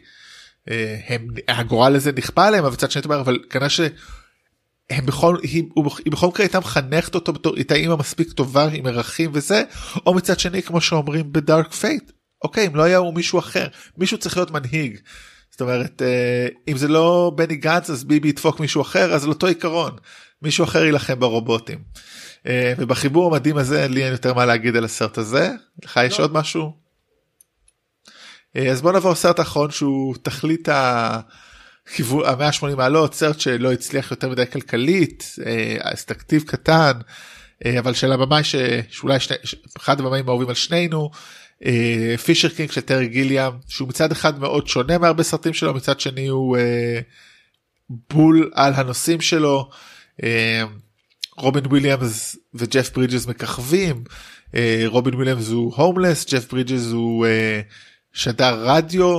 הגורל הזה נכפה עליהם, אבל צד שני אומר, אבל כנראה היא בכל מקרה הייתה מחנכת אותו בתור איתה אימא מספיק טובה עם ערכים וזה, או מצד שני כמו שאומרים בדארק פייט, אוקיי, אם לא היה הוא מישהו אחר, מישהו צריך להיות מנהיג. זאת אומרת, אם זה לא בני גנץ אז ביבי ידפוק מישהו אחר, אז על אותו עיקרון, מישהו אחר ילחם ברובוטים. ובחיבור המדהים הזה לי אין יותר מה להגיד על הסרט הזה. לך יש עוד משהו? אז בוא נעבור סרט האחרון שהוא תכלית ה-180 מעלות, סרט שלא הצליח יותר מדי כלכלית, תקציב קטן, אבל של הבמאי שאולי אחד הבמאים האהובים על שנינו, פישר קינג של טרי גיליאם, שהוא מצד אחד מאוד שונה מהרבה סרטים שלו, מצד שני הוא בול על הנושאים שלו. רובין וויליאמס וג'ף ברידג'ס מככבים, רובין וויליאמס הוא הומלס, ג'ף ברידג'ס הוא שדר רדיו,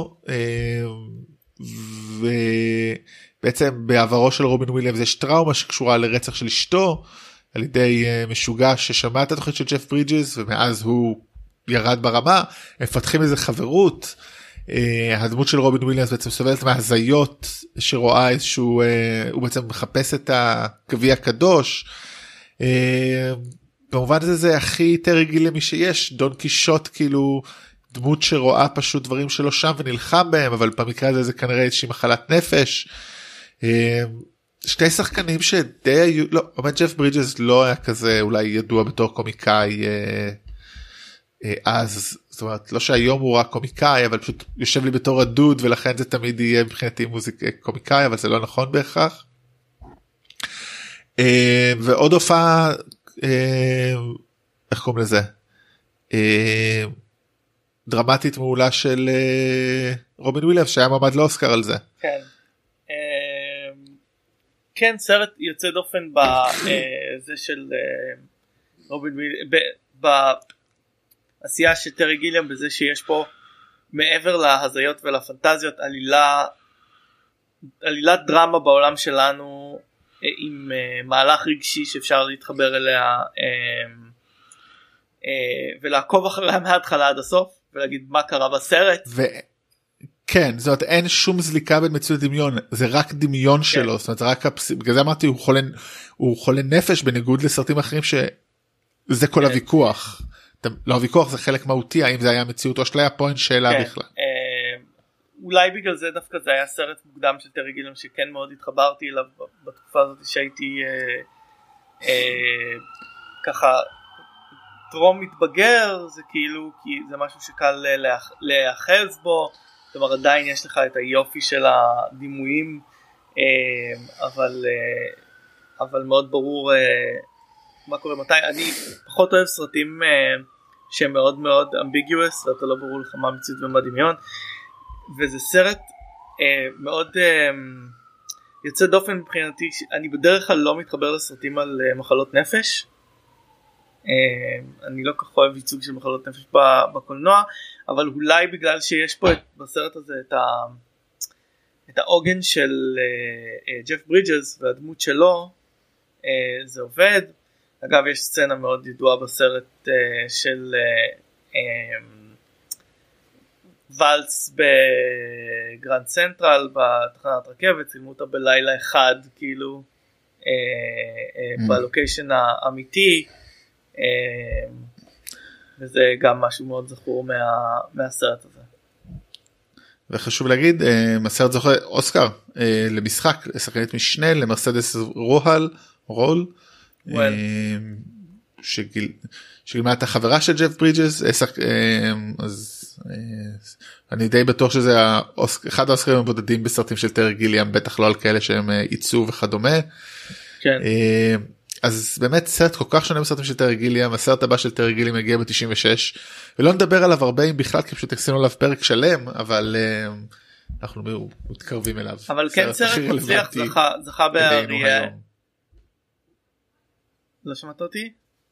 ובעצם בעברו של רובין וויליאמס יש טראומה שקשורה לרצח של אשתו על ידי משוגע ששמע את התוכנית של ג'ף ברידג'ס, ומאז הוא ירד ברמה, הם מפתחים איזה חברות. הדמות של רובין וויליאמס בעצם סובלת מהזיות שרואה איזשהו, הוא בעצם מחפש את הגביע הקדוש. במובן הזה זה הכי טרי גילמי שיש, דון קישוט כאילו דמות שרואה פשוט דברים שלו שם ונלחם בהם, אבל במקרה הזה זה כנראה איזושהי מחלת נפש. שני שחקנים שדי היו, לא, באמת ג'ף ברידג'ס לא היה כזה אולי ידוע בתור קומיקאי אז, זאת אומרת לא שהיום הוא רק קומיקאי, אבל פשוט יושב לי בתור הדוד ולכן זה תמיד יהיה מבחינתי קומיקאי, אבל זה לא נכון בהכרח. ועוד הופעה, איך קוראים לזה, דרמטית מעולה של רובין וויליאמס שהיה מעמד לאוסקר על זה. כן, כן, סרט יוצא דופן בזה של רובין וויליאמס, העשייה של טרי גיליאם בזה שיש פה מעבר להזיות ולפנטזיות עלילת דרמה בעולם שלנו עם מהלך רגשי שאפשר להתחבר אליה ולעקוב אחריה מההתחלה עד הסוף ולהגיד מה קרה בסרט. כן, זאת אומרת אין שום זליקה בין מציאות לדמיון, זה רק דמיון שלו, זאת אומרת זה רק, בגלל זה אמרתי הוא חולה נפש בניגוד לסרטים אחרים שזה כל הוויכוח, לא הוויכוח זה חלק מהותי, האם זה היה מציאות או שלא פה אין שאלה בכלל. אולי בגלל זה דווקא זה היה סרט מוקדם של טרי גיליאם שכן מאוד התחברתי אליו בתקופה הזאת שהייתי ככה טרום מתבגר, זה כאילו כי זה משהו שקל להאחז בו, כלומר עדיין יש לך את היופי של הדימויים אבל מאוד ברור מה קורה מתי. אני פחות אוהב סרטים שהם מאוד מאוד אמביגיוס ואתה לא ברור לך מה מציאות ומה דמיון, וזה סרט מאוד יוצא דופן מבחינתי. אני בדרך כלל לא מתחבר לסרטים על מחלות נפש, אני לא כך אוהב ייצוג של מחלות נפש בקולנוע, אבל אולי בגלל שיש פה בסרט הזה את העוגן של ג'ף ברידג'ס והדמות שלו, זה עובד. אגב יש סצנה מאוד ידועה בסרט של ולס בגרנד סנטרל בתחנת רכבת, צילמו אותה בלילה אחד כאילו בלוקיישן האמיתי, וזה גם משהו מאוד זכור מהסרט הזה. וחשוב להגיד, הסרט זוכה אוסקר למשחק, לשחקנית משנה, למרסדס רול, שגילמה את החברה של ג'ף ברידג'ס, אז אני די בטוח שזה אחד האוסקרים הבודדים בסרטים של טרי גיליאם, בטח לא על כאלה שהם עיצוב וכדומה. כן. אז באמת סרט כל כך שונה בסרטים של טרי גיליאם. הסרט הבא של טרי גיליאם הגיע ב-96 ולא נדבר עליו הרבה אם בכלל, כי פשוט עשינו עליו פרק שלם, אבל אנחנו מתקרבים אליו. אבל כן סרט מצליח, זכה באריה. לא שמעת אותי?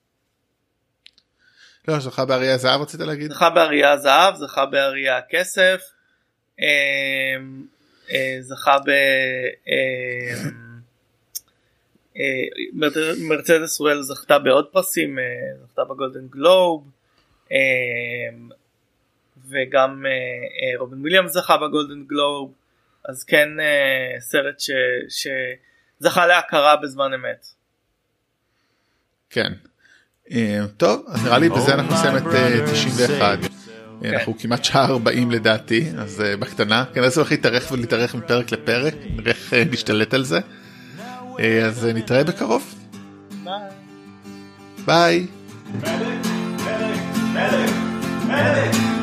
לא, זכה באריה הזהב רצית להגיד? זכה באריה הזהב, זכה באריה הכסף, זכה מרצדס רואל זכתה בעוד פרסים, זכתה בגולדן גלוב, וגם רובין וויליאמס זכה בגולדן גלוב, אז כן סרט שזכה להכרה בזמן אמת. כן. טוב, אז נראה לי בזה אנחנו נסיים את 91. אנחנו כמעט שעה 40 לדעתי, אז בקטנה. כנראה זה הולך להתארך מפרק לפרק, נראה איך נשתלט על זה. אז נתראה בקרוב. ביי. ביי.